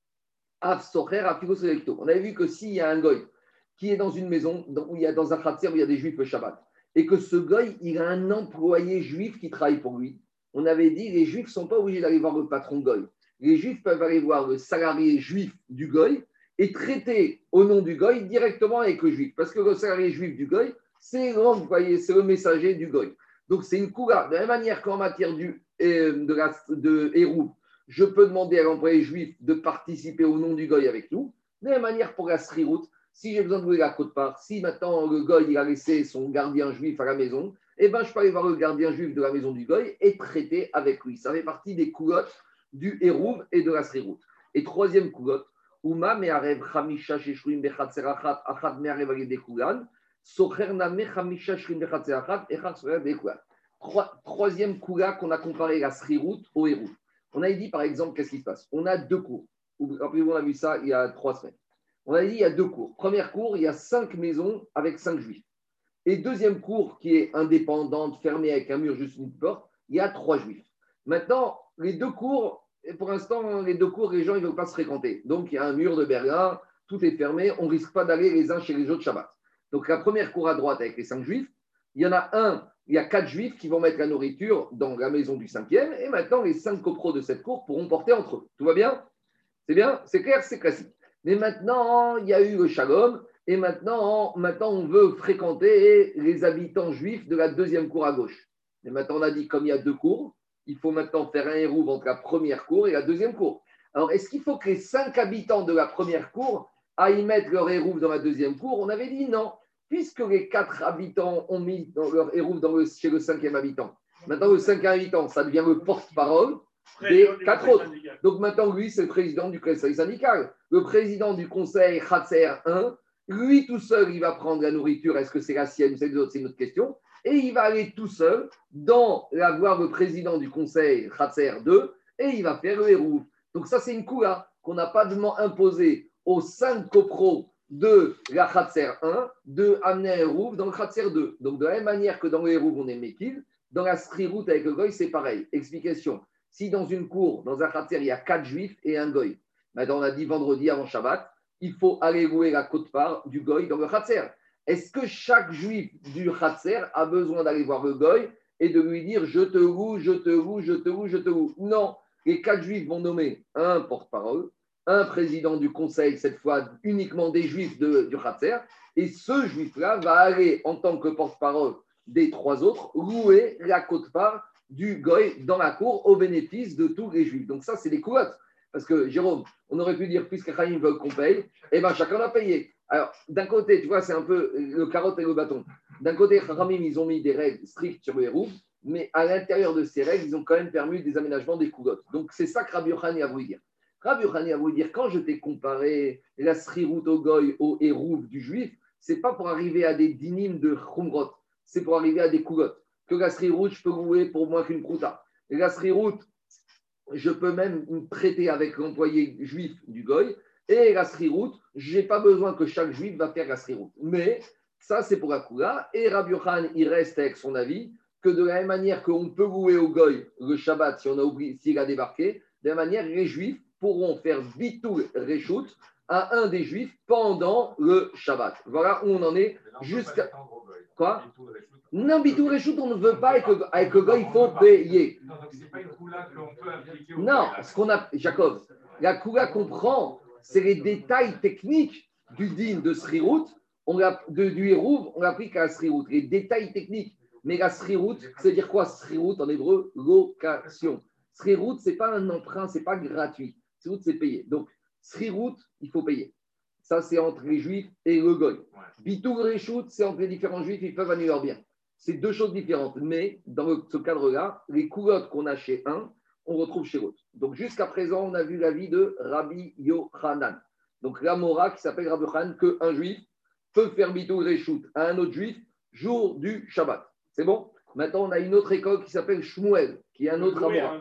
av socher a figu velekito. On avait vu que s'il y a un goy qui est dans une maison où il y a dans un khatser où il y a des juifs le Shabbat et que ce goy il a un employé juif qui travaille pour lui, on avait dit les juifs ne sont pas obligés d'aller voir le patron goy. Les juifs peuvent aller voir le salarié juif du goy et traiter au nom du goy directement avec le juif. Parce que le salarié juif du goy, c'est l'employé, c'est le messager du goy. Donc c'est une coula. De la même manière qu'en matière du, euh, de, la, de hérouv, je peux demander à l'employé juif de participer au nom du goy avec nous. De la même manière pour la srirout, si j'ai besoin de louer la côte-part, si maintenant le goy il a laissé son gardien juif à la maison, eh ben, je peux aller voir le gardien juif de la maison du goy et traiter avec lui. Ça fait partie des coulottes du hérouv et de la srirout. Et troisième coulotte, Uma me'arev chamisha sheshruim bechatzer achat achat me'arev aged dekulan socher name chamisha sheshruim bechatzer achat echad socher dekulan. Troisième coula qu'on a comparé la srirout au hérouv. On a dit par exemple, qu'est-ce qui se passe? On a deux cours. Rappelez-vous, on a vu ça il y a trois semaines. On a dit il y a deux cours. Première cour, il y a cinq maisons avec cinq juifs. Et deuxième cour qui est indépendante, fermée avec un mur juste une porte, il y a trois juifs. Maintenant, les deux cours, et pour l'instant, les deux cours, les gens ne veulent pas se fréquenter. Donc, il y a un mur de Berlin, tout est fermé, on ne risque pas d'aller les uns chez les autres Shabbat. Donc, la première cour à droite avec les cinq juifs, il y en a un, il y a quatre juifs qui vont mettre la nourriture dans la maison du cinquième, et maintenant, les cinq copros de cette cour pourront porter entre eux. Tout va bien? C'est bien? C'est clair? C'est classique. Mais maintenant, il y a eu le shalom, et maintenant, maintenant, on veut fréquenter les habitants juifs de la deuxième cour à gauche. Et maintenant, on a dit, comme il y a deux cours, il faut maintenant faire un hérouv entre la première cour et la deuxième cour. Alors, est-ce qu'il faut que les cinq habitants de la première cour aillent mettre leur hérouv dans la deuxième cour? On avait dit non, puisque les quatre habitants ont mis dans leur hérouv dans le, chez le cinquième habitant. Maintenant, le cinquième habitant, ça devient le porte-parole. des quatre autres. Donc maintenant, lui, c'est le président du conseil syndical. Le président du conseil Khatser un, lui tout seul, il va prendre la nourriture. Est-ce que c'est la sienne ou c'est d'autres? C'est une autre question. Et il va aller tout seul dans la voir le président du conseil Khatser deux et il va faire le héros. Donc ça, c'est une coula qu'on n'a pas vraiment imposée aux cinq copros de la Khatser un de amener un héros dans le Khatser deux. Donc de la même manière que dans le héros, on est Mekil, dans la Srirout avec le Goy, c'est pareil. Explication. Si dans une cour, dans un Khatser, il y a quatre juifs et un Goy, maintenant on a dit vendredi avant Shabbat, il faut aller louer la quote-part du Goy dans le Khatser. Est-ce que chaque juif du Khatser a besoin d'aller voir le Goy et de lui dire je te loue, je te loue, je te loue, je te loue? Non. Les quatre juifs vont nommer un porte-parole, un président du conseil, cette fois uniquement des juifs de, du Khatser, et ce juif-là va aller en tant que porte-parole des trois autres louer la quote-part du Goy dans la cour au bénéfice de tous les juifs. Donc ça, c'est des coulottes. Parce que, Jérôme, on aurait pu dire, puisque Chaim veut qu'on paye, eh bien, chacun a payé. Alors, d'un côté, tu vois, c'est un peu le carotte et le bâton. D'un côté, Chachamim, ils ont mis des règles strictes sur le héros, mais à l'intérieur de ces règles, ils ont quand même permis des aménagements des coulottes. Donc, c'est ça que Rabbi Yochanan a voulu dire. Rabbi Yochanan a voulu dire, quand je t'ai comparé la srirout au goy au hérouv du juif, c'est pas pour arriver à des dynimes de chumrot, c'est pour arriver à des coulottes. Que la srirout, je peux louer pour moins qu'une prouta. Et la srirout, je peux même me traiter avec l'employé juif du goy. Et la srirout, je n'ai pas besoin que chaque juif va faire la srirout. Mais ça, c'est pour la koula. Et Rabbi Yochanan, il reste avec son avis que de la même manière qu'on peut louer au goy le Shabbat si on a oublié, s'il a débarqué, de la même manière, les juifs pourront faire bitul reshout à un des juifs pendant le Shabbat. Voilà où on en est jusqu'à. Quoi? Non, bitul reshout, on ne veut pas avec le, avec le goy, il faut payer. Non, donc c'est pas une koula qu'on peut appliquer au Non, ce qu'on a, Jacob, la koula qu'on prend, c'est les détails techniques du din de Srirout, on l'a, de, du Hérouv, on l'applique à la Srirout. Les détails techniques. Mais la Srirout, c'est dire quoi Srirout en hébreu? Location. Srirout, ce n'est pas un emprunt, ce n'est pas gratuit. Srirout, c'est payé. Donc, Srirout, il faut payer. Ça, c'est entre les juifs et le goy. Bitul Reshout, c'est entre les différents juifs, ils peuvent annuler leur bien. C'est deux choses différentes. Mais dans le, ce cadre-là, les coulottes qu'on a chez un, on retrouve chez l'autre. Donc, jusqu'à présent, on a vu la vie de Rabbi Yochanan. Donc, la Mora qui s'appelle Rabbi Yochanan, qu'un juif peut faire Bitul Reshout à un autre juif jour du Shabbat. C'est bon? Maintenant, on a une autre école qui s'appelle Shmuel, qui est un autre Amora.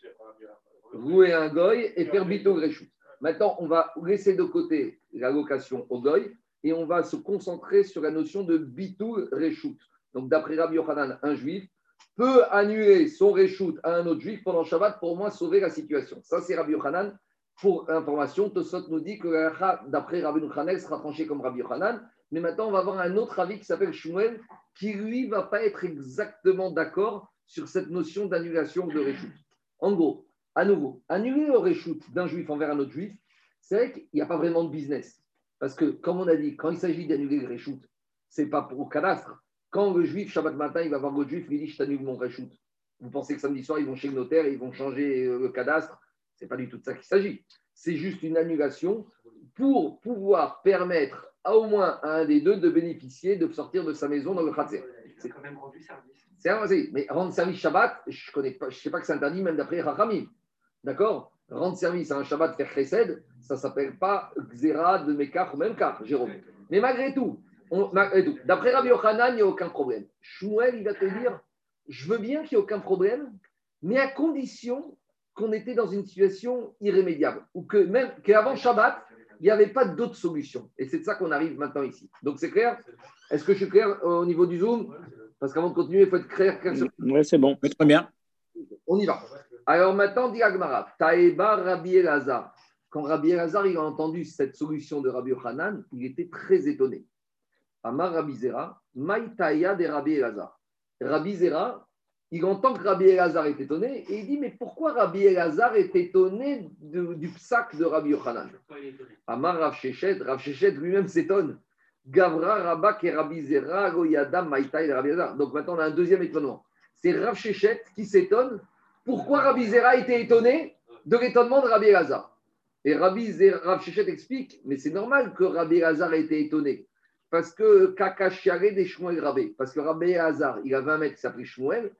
Louer un goy et faire bitul reshout. Maintenant, on va laisser de côté la location au goy et on va se concentrer sur la notion de bitul reshout. Donc, d'après Rabbi Yochanan, un juif peut annuler son reshout à un autre juif pendant Shabbat pour au moins sauver la situation. Ça, c'est Rabbi Yochanan. Pour information, Tosot nous dit que d'après Rabbi Yochanan sera tranché comme Rabbi Yochanan. Mais maintenant, on va avoir un autre avis qui s'appelle Shmuel, qui lui ne va pas être exactement d'accord sur cette notion d'annulation de reshout. En gros, à nouveau, annuler le reshout d'un juif envers un autre juif, c'est vrai qu'il n'y a pas vraiment de business. Parce que, comme on a dit, quand il s'agit d'annuler le reshout, ce n'est pas pour le cadastre. Quand le juif, Shabbat matin, il va voir l'autre juif, il dit « je t'annule mon reshout ». Vous pensez que samedi soir, ils vont chez le notaire et ils vont changer le cadastre? Ce n'est pas du tout de ça qu'il s'agit. C'est juste une annulation pour pouvoir permettre à au moins à un des deux de bénéficier, de sortir de sa maison dans le Khatser. C'est quand même rendu service. C'est un, mais rendre service Shabbat, je ne sais pas que c'est interdit même d'après Rachamim. D'accord? Rendre service à un Shabbat, faire chesed, ça ne s'appelle pas Xéra de Mekach ou même Kach, Jérôme. Mais malgré tout, on, malgré tout d'après Rabbi Yochanan, il n'y a aucun problème. Shmuel, il va te dire, je veux bien qu'il n'y ait aucun problème, mais à condition qu'on était dans une situation irrémédiable, ou que même qu'avant Shabbat, il n'y avait pas d'autre solution. Et c'est de ça qu'on arrive maintenant ici. Donc, c'est clair? Est-ce que je suis clair au niveau du Zoom? Parce qu'avant de continuer, il faut être clair. Oui, c'est bon. Très bien. On y va. Alors maintenant, dit Agmara, Taïba Rabbi Elazar. Quand Rabbi Elazar il a entendu cette solution de Rabbi Yochanan, il était très étonné. Amar Rabbi Zera, Maïtaïa de Rabbi Elazar. Rabbi Zera, il entend que Rabbi Elazar est étonné et il dit mais pourquoi Rabbi Elazar est étonné de, du psak de Rabbi Yochanan? Amar Rav Shechet, Rav Shechet lui-même s'étonne. Gavra Rabak et Rabbi Zera Goyada Maïtaï de Rabbi Elazar. Donc maintenant on a un deuxième étonnement. C'est Rav Shechet qui s'étonne. Pourquoi Rabbi Zera était étonné de l'étonnement de Rabbi Elazar? Et Rabbi Zera, Rav Shechet explique mais c'est normal que Rabbi Elazar ait été étonné. Parce que Kaka Chiaré des Shmuel Rabbi. Parce que Rabbi Elazar, il a vingt mètres qui s'appelait Shmuel.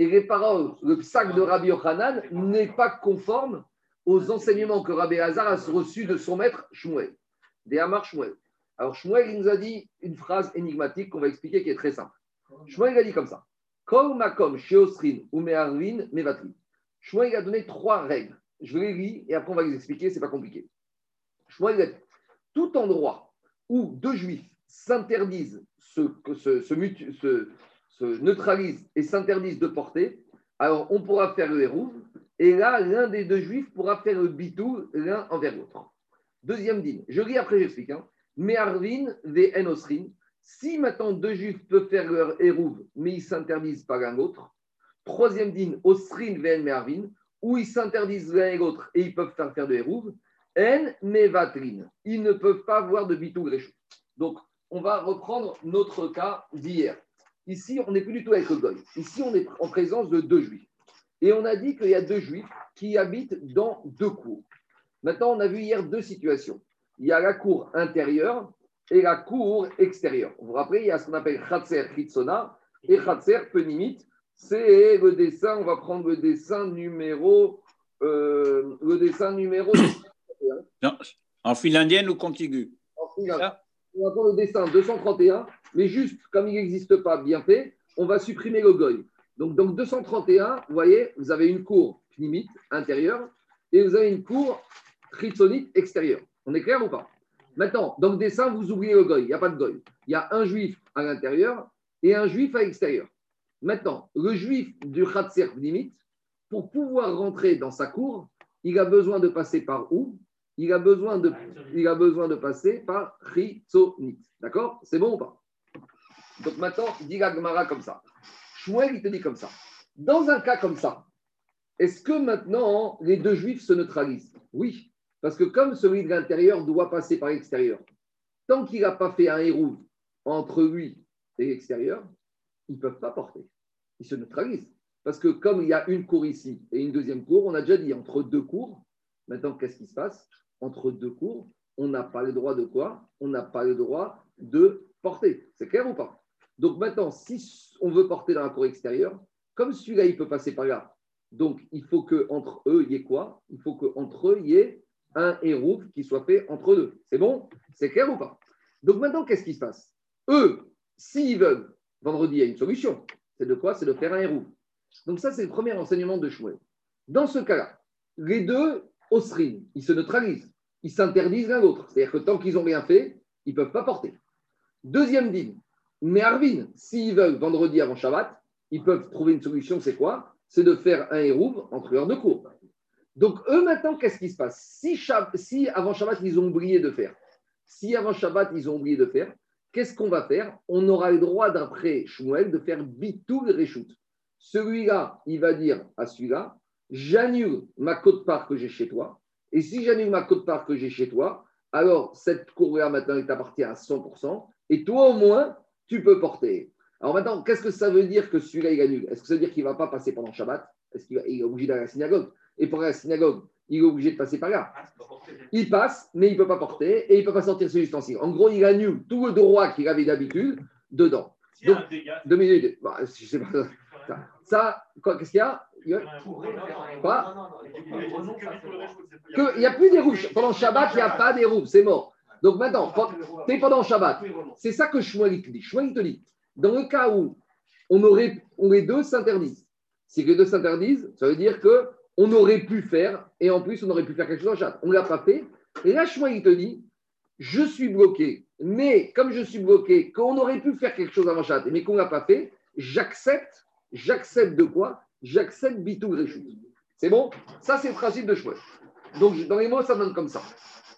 Et les paroles, le psak de Rabbi Yochanan n'est pas conforme aux enseignements que Rabbi Hazar a reçus de son maître Shmuel, des Hamar Shmuel. Alors Shmuel, il nous a dit une phrase énigmatique qu'on va expliquer qui est très simple. Shmuel, il a dit comme ça. Kol makom sheosrin ou me'arvin mevatrin. Shmuel, il a donné trois règles. Je vais les lire et après on va les expliquer, c'est pas compliqué. Shmuel, il a dit, tout endroit où deux juifs s'interdisent, se, se, se, mutu, se, se neutralisent et s'interdisent de porter, alors on pourra faire le hérouv, et là, l'un des deux juifs pourra faire le bitou l'un envers l'autre. Deuxième dîme, je lis après, j'explique. Hein. Me'arvin ve osrin. Si maintenant deux juifs peuvent faire leur hérouv, mais ils s'interdisent pas l'un l'autre. Troisième dîme, osrin ve me'arvin, où ils s'interdisent l'un et l'autre et ils peuvent faire faire de hérouv. En mevatrin. Ils ne peuvent pas avoir de bitou gréchou. Donc, on va reprendre notre cas d'hier. Ici, on n'est plus du tout avec le goy. Ici, on est en présence de deux juifs. Et on a dit qu'il y a deux juifs qui habitent dans deux cours. Maintenant, on a vu hier deux situations. Il y a la cour intérieure et la cour extérieure. Vous vous rappelez, il y a ce qu'on appelle Khatser Hitzona et Khatser Penimit. C'est le dessin, on va prendre le dessin numéro... Euh, le dessin numéro... Non, en file indienne ou contiguë? En file indienne. On va prendre le dessin deux cent trente et un, mais juste, comme il n'existe pas bien fait, on va supprimer le goy. Donc, dans deux cent trente et un, vous voyez, vous avez une cour pnimite intérieure et vous avez une cour tritzonite extérieure. On est clair ou pas? Maintenant, dans le dessin, vous oubliez le goy. Il n'y a pas de goy. Il y a un juif à l'intérieur et un juif à l'extérieur. Maintenant, le juif du Khatser pnimite, pour pouvoir rentrer dans sa cour, il a besoin de passer par où? Il a besoin de, il a besoin de passer par Chitzonit. D'accord? C'est bon ou pas? Donc maintenant, dit la Gemara comme ça. Shmuel, il te dit comme ça. Dans un cas comme ça, est-ce que maintenant les deux juifs se neutralisent? Oui, parce que comme celui de l'intérieur doit passer par l'extérieur, tant qu'il n'a pas fait un hérouv entre lui et l'extérieur, ils ne peuvent pas porter. Ils se neutralisent. Parce que comme il y a une cour ici et une deuxième cour, on a déjà dit entre deux cours, maintenant qu'est-ce qui se passe? Entre deux cours, on n'a pas le droit de quoi? On n'a pas le droit de porter. C'est clair ou pas? Donc maintenant, si on veut porter dans la cour extérieure, comme celui-là, il peut passer par là. Donc, il faut qu'entre eux, il y ait quoi? Il faut qu'entre eux, il y ait un hérouv qui soit fait entre deux. C'est bon? C'est clair ou pas? Donc maintenant, qu'est-ce qui se passe? Eux, s'ils veulent, vendredi, il y a une solution. C'est de quoi? C'est de faire un hérouv. Donc ça, c'est le premier enseignement de Shmuel. Dans ce cas-là, les deux osrin, ils se neutralisent. Ils s'interdisent l'un l'autre. C'est-à-dire que tant qu'ils n'ont rien fait, ils ne peuvent pas porter. Deuxième dîme, mais Arvin, s'ils veulent vendredi avant Shabbat, ils peuvent trouver une solution, c'est quoi? C'est de faire un hérouv entre leurs deux cours. Donc eux maintenant, qu'est-ce qui se passe? Si, si avant Shabbat, ils ont oublié de faire, si avant Shabbat, ils ont oublié de faire, qu'est-ce qu'on va faire? On aura le droit, d'après Shmuel, de faire bitul reshut. Celui-là, il va dire à celui-là, j'annule ma quote-part que j'ai chez toi. Et si j'annule ma quote-part que j'ai chez toi, alors cette cour-là, maintenant, elle t'appartient à cent pour cent. Et toi, au moins, tu peux porter. Alors maintenant, qu'est-ce que ça veut dire que celui-là, il annule? Est-ce que ça veut dire qu'il ne va pas passer pendant Shabbat? Est-ce qu'il va, il est obligé d'aller à la synagogue? Et pour aller à la synagogue, il est obligé de passer par là. Il passe, mais il ne peut pas porter et il ne peut pas sortir ses ustensiles. En gros, il annule tout le droit qu'il avait d'habitude dedans. Donc, deux minutes. Bah, je sais pas. Ça, ça quoi, qu'est-ce qu'il y a? Il y a... Quoi? Il n'y a plus des rouges. Pendant Shabbat, il n'y a pas des rouges. C'est mort. Donc maintenant, tu es pendant Shabbat. C'est ça que Shmuel te dit. Shmuel te dit, dans le cas où on aurait, on les deux s'interdisent, si les deux s'interdisent, ça veut dire qu'on aurait pu faire, et en plus, on aurait pu faire quelque chose en Shabbat. On ne l'a pas fait. Et là, Shmuel te dit, je suis bloqué. Mais comme je suis bloqué, qu'on aurait pu faire quelque chose avant Shabbat, mais qu'on ne l'a pas fait, j'accepte. J'accepte de quoi? J'accepte bitou reshut. C'est bon? Ça, c'est le principe de Shmuel. Donc, dans les mots, ça donne comme ça.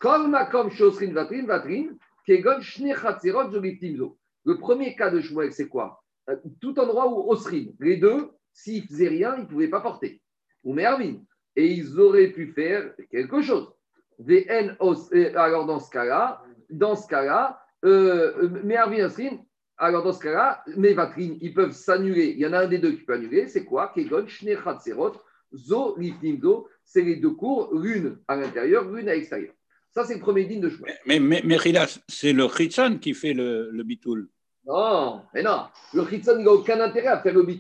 Le premier cas de Shmuel, c'est quoi? Tout endroit où Osrin, les deux, s'ils faisaient rien, ils ne pouvaient pas porter. Ou Mervin. Et ils auraient pu faire quelque chose. Alors, dans ce cas-là, dans ce cas-là, euh, Mervin Osrin, alors dans ce cas-là, mes vatrines, ils peuvent s'annuler. Il y en a un des deux qui peut annuler. C'est quoi? Kegon, Shne Chatzerot, Zo, Lifnim, Zo. C'est les deux cours, l'une à l'intérieur, l'une à l'extérieur. Ça, c'est le premier dîme de Shmuel. Mais, mais, mais Rilas, c'est le Chitzon qui fait le, le bitoul. Non, mais non. Le Chitzon, il n'a aucun intérêt à faire le bitoul.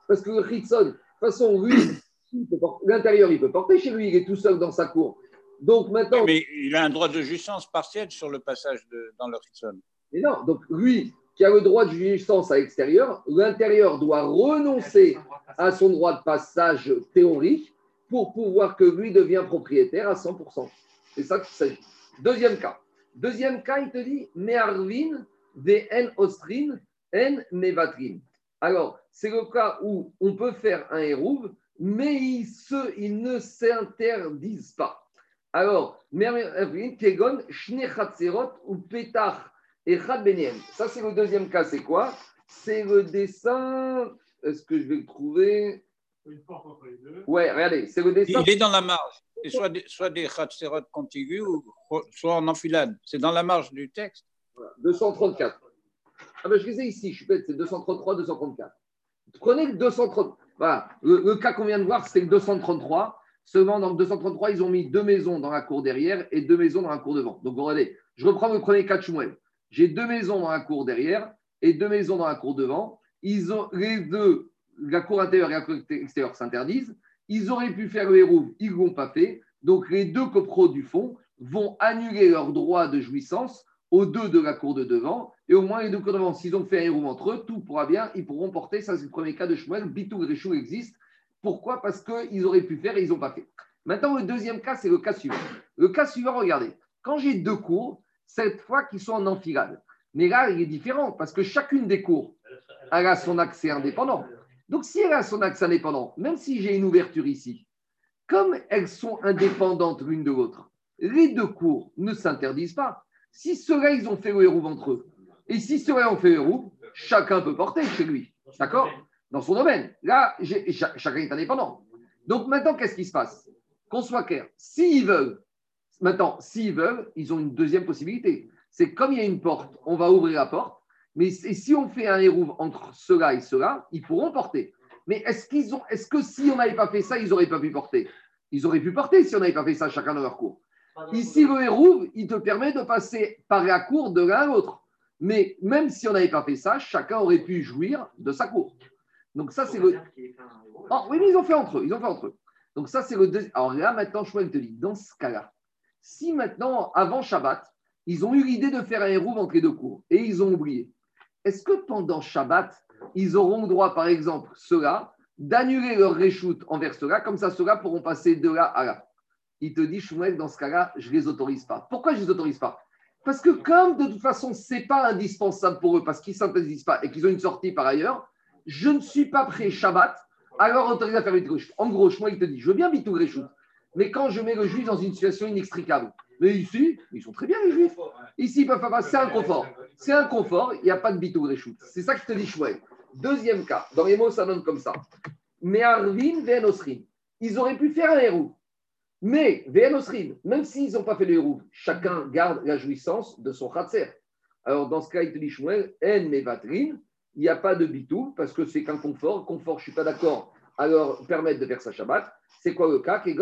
Parce que le Chitson, de toute façon, lui, l'intérieur, il peut porter chez lui, il est tout seul dans sa cour. Donc maintenant. Oui, mais il a un droit de jouissance partiel sur le passage de, dans le Chitson. Mais non, donc lui qui a le droit de jouissance à l'extérieur, l'intérieur doit renoncer à son droit de passage théorique pour pouvoir que lui devienne propriétaire à cent pour cent. C'est ça qu'il s'agit. Deuxième cas. Deuxième cas, il te dit Me'arvin ve'en ostrin en mevatrin. Alors, c'est le cas où on peut faire un hérouve, mais ils, se, ils ne s'interdisent pas. Alors, Me'arvin kegon shne chatzerot ou petach. Et Khad Beniem. Ça, c'est le deuxième cas. C'est quoi? C'est le dessin. Est-ce que je vais le trouver? Une porte entre les deux. Ouais, regardez, c'est le dessin. Il est dans la marge. C'est soit des, soit des Khatserot contigus ou soit en enfilade. C'est dans la marge du texte. Voilà, deux cent trente-quatre. Ah ben, je les ai ici. Je suis bête. C'est deux cent trente-trois, deux cent trente-quatre. Prenez le deux cent trente. Voilà. Le, le cas qu'on vient de voir, c'est le deux cent trente-trois. Seulement, dans le deux cent trente-trois, ils ont mis deux maisons dans la cour derrière et deux maisons dans la cour devant. Donc, regardez, je reprends le premier cas de Shmuel. J'ai deux maisons dans la cour derrière et deux maisons dans la cour devant. Ils ont, les deux, la cour intérieure et la cour extérieure s'interdisent. Ils auraient pu faire le hérouve, ils ne l'ont pas fait. Donc, les deux copros du fond vont annuler leur droit de jouissance aux deux de la cour de devant. Et au moins, les deux cours de devant, s'ils ont fait un hérouve entre eux, tout pourra bien, ils pourront porter. Ça, c'est le premier cas de Shmuel. Bitou Réchou existe. Pourquoi? Parce qu'ils auraient pu faire et ils n'ont pas fait. Maintenant, le deuxième cas, c'est le cas suivant. Le cas suivant, regardez. Quand j'ai deux cours, cette fois qui sont en enfilade. Mais là, il est différent parce que chacune des cours, elle a son accès indépendant. Donc, si elle a son accès indépendant, même si j'ai une ouverture ici, comme elles sont indépendantes l'une de l'autre, les deux cours ne s'interdisent pas. Si ceux-là, ils ont fait le hérouve entre eux, et si ceux-là ont fait le hérouve, chacun peut porter chez lui. D'accord? Dans son domaine. Là, j'ai, chacun est indépendant. Donc, maintenant, qu'est-ce qui se passe? Qu'on soit clair. S'ils veulent, Maintenant, s'ils veulent, ils ont une deuxième possibilité. C'est comme il y a une porte, on va ouvrir la porte, mais si on fait un hérouve entre ceux-là et ceux-là, ils pourront porter. Mais est-ce, qu'ils ont, est-ce que si on n'avait pas fait ça, ils n'auraient pas pu porter? Ils auraient pu porter si on n'avait pas fait ça, chacun dans leur cour. Ici, le hérouve, il te permet de passer par la cour de l'un à l'autre. Mais même si on n'avait pas fait ça, chacun aurait pu jouir de sa cour. Donc ça, c'est le... Oh, oui, mais ils ont fait entre eux. Ils ont fait entre eux. Donc ça, c'est le deuxième. Alors là, maintenant, je te dis, dans ce cas-là, si maintenant, avant Shabbat, ils ont eu l'idée de faire un hérouve entre les deux cours et ils ont oublié, est-ce que pendant Shabbat, ils auront le droit, par exemple, ceux-là, d'annuler leur réchoute envers ceux-là, comme ça, ceux-là pourront passer de là à là? Il te dit, Shmuel, dans ce cas-là, je ne les autorise pas. Pourquoi je ne les autorise pas? Parce que comme de toute façon, ce n'est pas indispensable pour eux, parce qu'ils ne s'interdisent pas et qu'ils ont une sortie par ailleurs, je ne suis pas prêt Shabbat à leur autoriser à faire une réchoute. En gros, Shmuel, il te dit, je veux bien bitou réchoute. Mais quand je mets le juif dans une situation inextricable, mais ici, ils sont très bien les juifs. Ici, ils peuvent pas, c'est un confort. C'est un confort, il n'y a pas de bitou réchoute. C'est ça que je te dis, Shmuel. Deuxième cas, dans les mots, ça donne comme ça. Mais Arvin, Ve'en Osrin, ils auraient pu faire un hérouve. Mais Ve'en Osrin, même s'ils n'ont pas fait le hérouve, chacun garde la jouissance de son khatser. Alors, dans ce cas, il te dit, Shmuel, En Mevatrin, il n'y a pas de bitou parce que c'est qu'un confort. Confort, je ne suis pas d'accord à leur permettre de faire sa Shabbat. C'est quoi le cas? C'est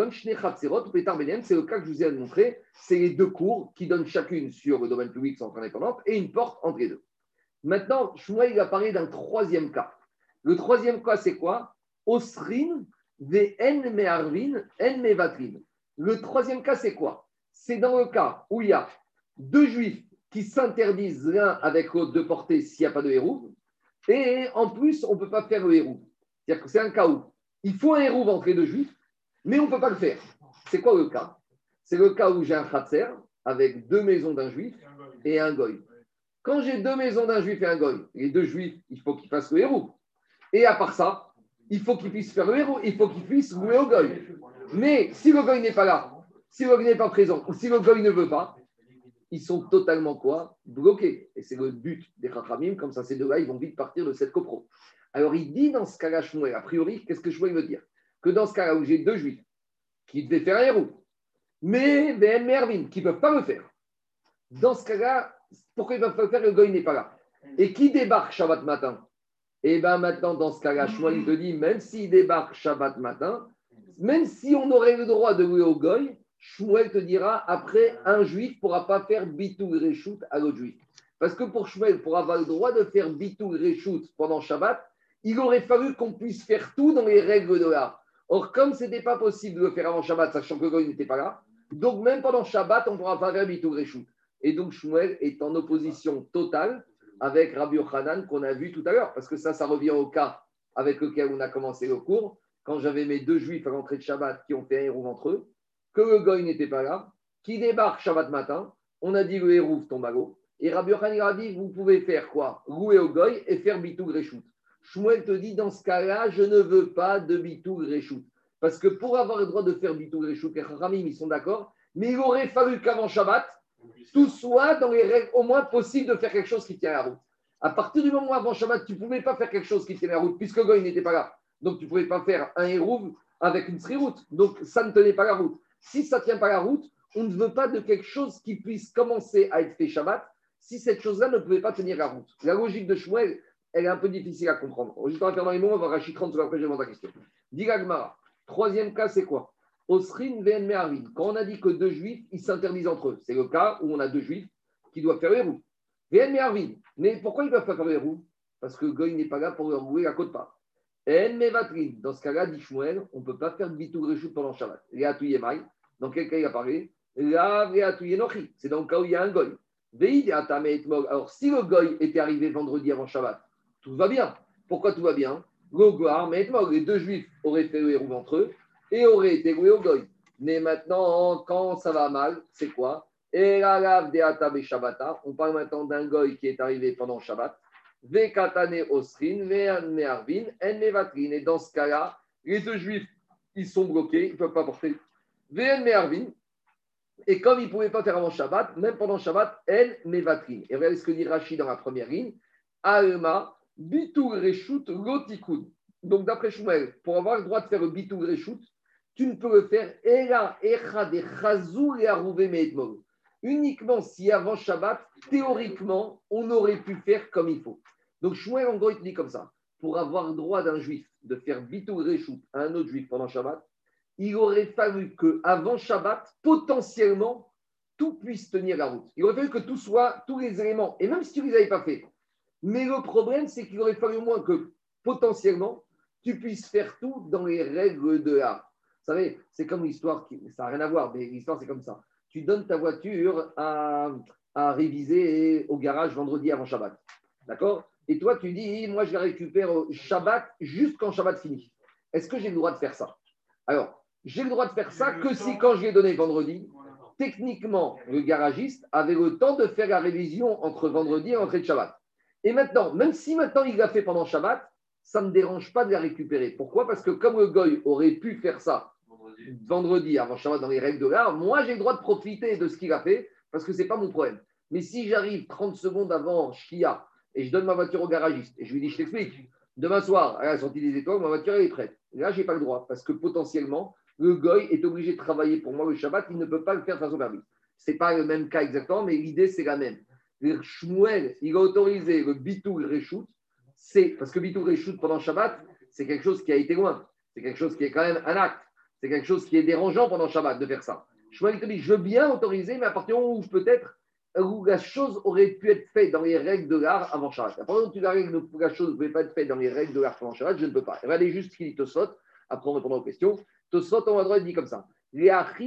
le cas que je vous ai montré. C'est les deux cours qui donnent chacune sur le domaine public sans indépendante et une porte entre les deux. Maintenant, Shmuel a parlé d'un troisième cas. Le troisième cas, c'est quoi? Osrin ve'en me'arvin en mevatrin. Le troisième cas, c'est quoi? C'est dans le cas où il y a deux juifs qui s'interdisent l'un avec l'autre de porter s'il n'y a pas de hérouve. Et en plus, on ne peut pas faire le hérouve. C'est-à-dire que c'est un cas où il faut un hérouve entre les deux juifs, mais on ne peut pas le faire. C'est quoi le cas? C'est le cas où j'ai un khatser avec deux maisons d'un juif et un goy. Quand j'ai deux maisons d'un juif et un goy, les deux juifs, il faut qu'ils fassent le hérouve. Et à part ça, il faut qu'ils puissent faire le hérouve, il faut qu'ils puissent louer au goy. Mais si le goy n'est pas là, si le goy n'est pas présent, ou si le goy ne veut pas, ils sont totalement quoi? Bloqués. Et c'est le but des Chachamim, comme ça ces deux-là, ils vont vite partir de cette copro. Alors il dit dans ce cas-là, Shmuel, a priori, qu'est-ce que Shmuel veut dire? Que dans ce cas-là où j'ai deux juifs qui devaient faire un hérouve, mais Ben Mervin, qui ne peuvent pas le faire, dans ce cas-là, pourquoi ils ne peuvent pas le faire? Le goy n'est pas là. Et qui débarque Shabbat matin? Et bien maintenant, dans ce cas-là, Shmuel il te dit, même s'il débarque Shabbat matin, même si on aurait le droit de louer au goy, Shmuel te dira, après, un juif ne pourra pas faire bitou reshoot à l'autre juif. Parce que pour Shmuel, pour avoir le droit de faire bitou reshoot pendant Shabbat, il aurait fallu qu'on puisse faire tout dans les règles de l'art. Or, comme ce n'était pas possible de le faire avant Shabbat, sachant que le goy n'était pas là, donc même pendant Shabbat, on ne pourra pas faire Bitul Reshut. Et donc, Shmuel est en opposition totale avec Rabbi Yochanan qu'on a vu tout à l'heure, parce que ça, ça revient au cas avec lequel on a commencé le cours, quand j'avais mes deux juifs à l'entrée de Shabbat qui ont fait un hérouve entre eux, que le goy n'était pas là, qui débarque Shabbat matin, on a dit le hérouve tombe à l'eau, et Rabbi Yochanan a dit, vous pouvez faire quoi? Louer au goy et faire Bitul Reshut. Shmuel te dit, dans ce cas-là, je ne veux pas de Bitul Reshut. Parce que pour avoir le droit de faire Bitul Reshut, les Chachamim, ils sont d'accord, mais il aurait fallu qu'avant Shabbat, tout soit dans les règles au moins possible de faire quelque chose qui tient la route. À partir du moment où avant Shabbat, tu ne pouvais pas faire quelque chose qui tient la route, puisque Goy n'était pas là. Donc, tu ne pouvais pas faire un hérouve avec une sriroute. Donc, ça ne tenait pas la route. Si ça ne tient pas la route, on ne veut pas de quelque chose qui puisse commencer à être fait Shabbat, si cette chose-là ne pouvait pas tenir la route. La logique de Shmuel, elle est un peu difficile à comprendre. Juste en faire dans les mots, on va racheter trente secondes après, je demande la question. Dis Gagmara. Troisième cas, c'est quoi? Osrin ven me'arvin. Quand on a dit que deux juifs, ils s'interdisent entre eux. C'est le cas où on a deux juifs qui doivent faire le hérouve. Ven me'arvin. Mais pourquoi ils ne doivent pas faire le hérouve? Parce que Goy n'est pas là pour leur rouler la côte part. En mevatrin. Dans ce cas-là, dit Shmuel, on ne peut pas faire de bitul reshut pendant Shabbat. Réatouye maï. Dans quel cas il a parlé? La réatouye nochi. C'est dans le cas où il y a un Goy. Alors, si le Goy était arrivé vendredi avant Shabbat, tout va bien. Pourquoi tout va bien? Les deux juifs auraient fait le hérouve entre eux et auraient été loués au Goy. Mais maintenant, quand ça va mal, c'est quoi? Et la lave de Atabe Shabbata. On parle maintenant d'un Goy qui est arrivé pendant Shabbat. Vekatane Osrin, Vean Me'arvin, En Mevatrin. Et dans ce cas-là, les deux juifs, ils sont bloqués, ils ne peuvent pas porter Vean Me'arvin. Et comme ils ne pouvaient pas faire avant Shabbat, même pendant Shabbat, En Mevatrin. Et regardez ce que dit Rashi dans la première ligne. Alma, Bitul Reshut, Lotikun. Donc d'après Shmuel, pour avoir le droit de faire le Bitul Reshut, tu ne peux le faire Ela Echa de Chazou et Arouvé Me'etmol. Uniquement si avant Shabbat, théoriquement, on aurait pu faire comme il faut. Donc Shmuel, en gros, il te dit comme ça. Pour avoir le droit d'un juif de faire Bitul Reshut à un autre juif pendant Shabbat, il aurait fallu qu'avant Shabbat, potentiellement, tout puisse tenir la route. Il aurait fallu que tout soit, tous les éléments, et même si tu ne les avais pas fait. Mais le problème, c'est qu'il aurait fallu au moins que, potentiellement, tu puisses faire tout dans les règles de l'art. Vous savez, c'est comme l'histoire, qui, ça n'a rien à voir, mais l'histoire, c'est comme ça. Tu donnes ta voiture à, à réviser au garage vendredi avant Shabbat. D'accord? Et toi, tu dis, moi, je la récupère au Shabbat, juste quand Shabbat finit. Est-ce que j'ai le droit de faire ça? Alors, j'ai le droit de faire ça que si, quand je l'ai donné vendredi, techniquement, le garagiste avait le temps de faire la révision entre vendredi et l'entrée de Shabbat. Et maintenant, même si maintenant il l'a fait pendant Shabbat, ça ne me dérange pas de la récupérer. Pourquoi? Parce que comme le Goy aurait pu faire ça vendredi, vendredi avant Shabbat dans les règles de l'art, moi j'ai le droit de profiter de ce qu'il a fait parce que ce n'est pas mon problème. Mais si j'arrive trente secondes avant Shkia et je donne ma voiture au garagiste et je lui dis, je t'explique, demain soir, à la sortie des étoiles, ma voiture elle est prête. Là, je n'ai pas le droit parce que potentiellement, le Goy est obligé de travailler pour moi le Shabbat, il ne peut pas le faire de façon permise. Ce n'est pas le même cas exactement, mais l'idée c'est la même. Shmuel, il a autorisé le Bitul Reshut, c'est parce que Bitul Reshut pendant Shabbat, c'est quelque chose qui a été loin, c'est quelque chose qui est quand même un acte, c'est quelque chose qui est dérangeant pendant Shabbat de faire ça. Shmuel te dit, je veux bien autoriser, mais à partir du moment où peut-être où la chose aurait pu être faite dans les règles de l'art avant Shabbat. À partir du moment où la chose ne pouvait pas être faite dans les règles de l'art pendant Shabbat, je ne peux pas. Regardez juste ce qu'il dit Tosfot, après on répondra aux questions. Tosfot, on va droit, il dit comme ça. Et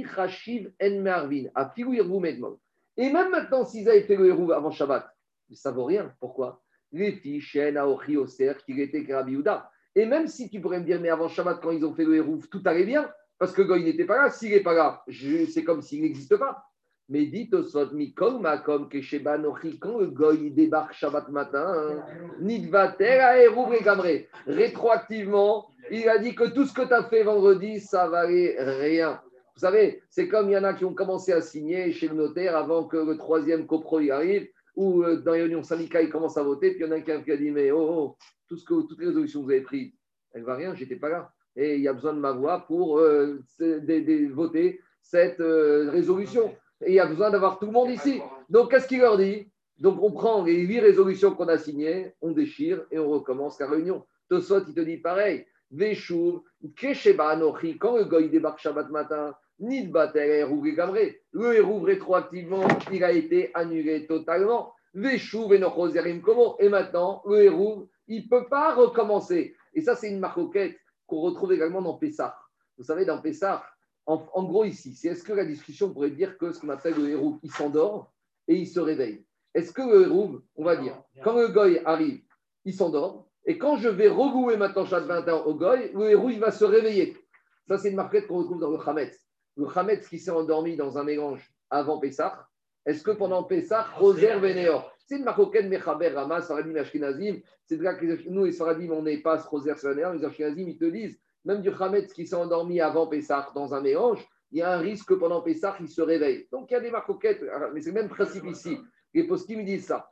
même maintenant, s'ils avaient fait le hérouve avant Shabbat, ça ne vaut rien. Pourquoi? Les filles, Shen, Aochi, Oser, qui étaient Rabbi Yehuda. Et même si tu pourrais me dire, mais avant Shabbat, quand ils ont fait le hérouve, tout allait bien, parce que Goy n'était pas là. S'il n'est pas là, je, c'est comme s'il n'existe pas. Mais dit Tosfot, Mikol, Makom, Kesheba, Nochi, quand le Goy débarque Shabbat matin, Nidvater, hérouve et Gamré. Rétroactivement, il a dit que tout ce que tu as fait vendredi, ça valait rien. Vous savez, c'est comme il y en a qui ont commencé à signer chez le notaire avant que le troisième copro y arrive, ou dans les réunions syndicales, ils commencent à voter, puis il y en a un qui a dit, mais oh, oh tout ce que, toutes les résolutions que vous avez prises, elles ne valent rien, je n'étais pas là. Et il y a besoin de ma voix pour euh, de, de, de voter cette euh, résolution. Et il y a besoin d'avoir tout le monde ici. Donc, qu'est-ce qu'il leur dit? Donc, on prend les huit résolutions qu'on a signées, on déchire et on recommence la réunion. Tosfot, il te dit pareil. Veshuv, Kesheba Anochi, quand le Goy débarque Shabbat matin, Nidbater, Hérouv et Gamré. Le Hérouv rétroactivement, il a été annulé totalement. Veshuv et Nochoserim Komo. Et maintenant, le Hérouv, il ne peut pas recommencer. Et ça, c'est une marcoquette qu'on retrouve également dans Pessah. Vous savez, dans Pessah, en, en gros ici, c'est est-ce que la discussion pourrait dire que ce qu'on appelle le héros, il s'endort et il se réveille. Est-ce que le héros, on va dire, quand le goy arrive, il s'endort, et quand je vais regouer maintenant chaque vingt ans au goy, le héros, il va se réveiller. Ça, c'est une marquette qu'on retrouve dans le Hametz. Le Hametz qui s'est endormi dans un mélange avant Pessah, est-ce que pendant Pessah, Roser Vénéor, c'est une marquette Mechaber, Rama, Sfaradim, Ashkenazim, c'est de là que nous, les Sfaradim, on n'est pas Roser Vénéor, les Ashkenazim, ils te disent, même du Hametz qui s'est endormi avant Pessah dans un mélange, il y a un risque que pendant Pessah, il se réveille. Donc, il y a des marquettes, mais c'est le même principe ici. Les poskim disent ça.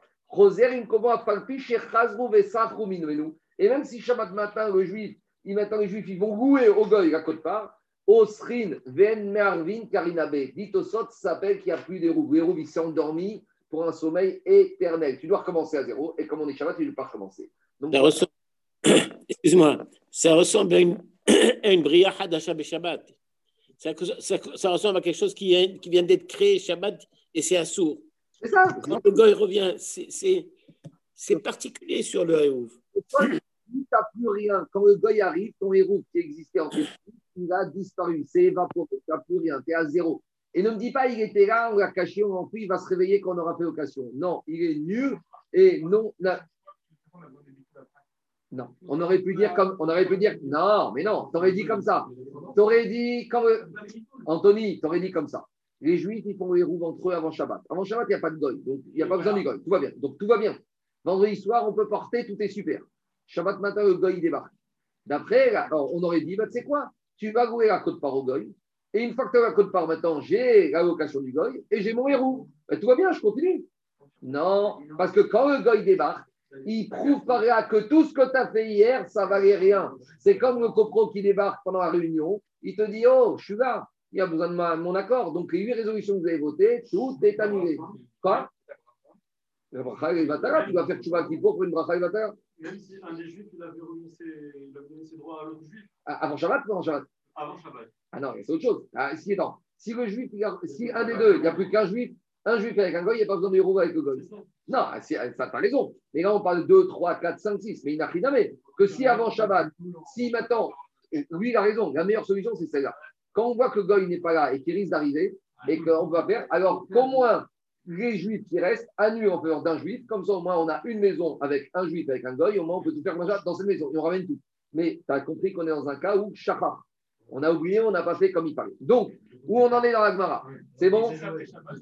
Et même si Shabbat matin, le juif, il maintenant les juifs, ils vont louer au goy la côte part, Osrin, Ven, Mervin, Karinabe. Dit au sot, ça s'appelle qu'il n'y a plus des roues. Les roues, ils sont endormis pour un sommeil éternel. Tu dois recommencer à zéro, et comme on est Shabbat, tu ne dois pas recommencer. Donc, ça ressemble, excuse-moi, ça ressemble à une, à une Bria Hadasha Shabbat. Ça, ça, ça ressemble à quelque chose qui, est, qui vient d'être créé Shabbat et c'est assourd. C'est ça. Quand le goy revient, c'est, c'est, c'est particulier sur le héros. Tu n'as plus rien. Quand le goy arrive, ton héros qui existait en fait, il a disparu, c'est évaporé, tu n'as plus rien, tu es à zéro. Et ne me dis pas, il était là, on l'a caché, on l'a enfoui, il va se réveiller quand on aura fait l'occasion. Non, il est nul et non. Non, on aurait pu dire comme, on aurait pu dire, non, mais non, tu aurais dit comme ça. Tu aurais dit, comme, Anthony, tu aurais dit comme ça. Les Juifs, ils font les roues entre eux avant Shabbat. Avant Shabbat, il n'y a pas de goy, donc il n'y a pas besoin du goy, tout va bien. Donc tout va bien. Vendredi soir, on peut porter, tout est super. Shabbat matin, le goy, il débarque. D'après, alors, on aurait dit, bah, tu sais quoi, tu vas louer la côte part au goy, et une fois que tu as la côte part maintenant, j'ai la location du goy, et j'ai mon héros. Bah, tout va bien, je continue. Non, parce que quand le goy débarque, il prouve par là que tout ce que tu as fait hier, ça valait rien. C'est comme le copro qui débarque pendant la réunion, il te dit, oh, je suis là, il y a besoin de ma, mon accord. Donc, les huit résolutions que vous avez votées, tout est annulé. Quoi? La bracha il va tu vas faire tchouva qui pour une bracha il va Même si un des juifs, il avait remis ses, il avait donné ses droits à l'autre juif. Avant Shabbat ou avant Shabbat? Avant Shabbat. Ah non, c'est autre chose. Ah, si, attends, si le juif, il a, si un des deux, il n'y a plus qu'un juif, un juif avec un goy, il n'y a pas besoin de héros avec le goy. Non, si, ça, tu as raison. Mais là, on parle de deux, trois, quatre, cinq, six. Mais il n'a rien jamais. Que si avant Shabbat, si maintenant, lui, il a raison, la meilleure solution, c'est celle-là. Quand on voit que le goy n'est pas là et qu'il risque d'arriver, et qu'on va faire, alors qu'au moins, les juifs qui restent annulent en faveur d'un juif. Comme ça, au moins, on a une maison avec un juif, avec un goy. Au moins, on peut tout faire dans cette maison. Et on ramène tout. Mais tu as compris qu'on est dans un cas où shachar. On a oublié, on n'a pas fait comme il fallait. Donc, où on en est dans la Gemara? C'est bon? Après Shabbat,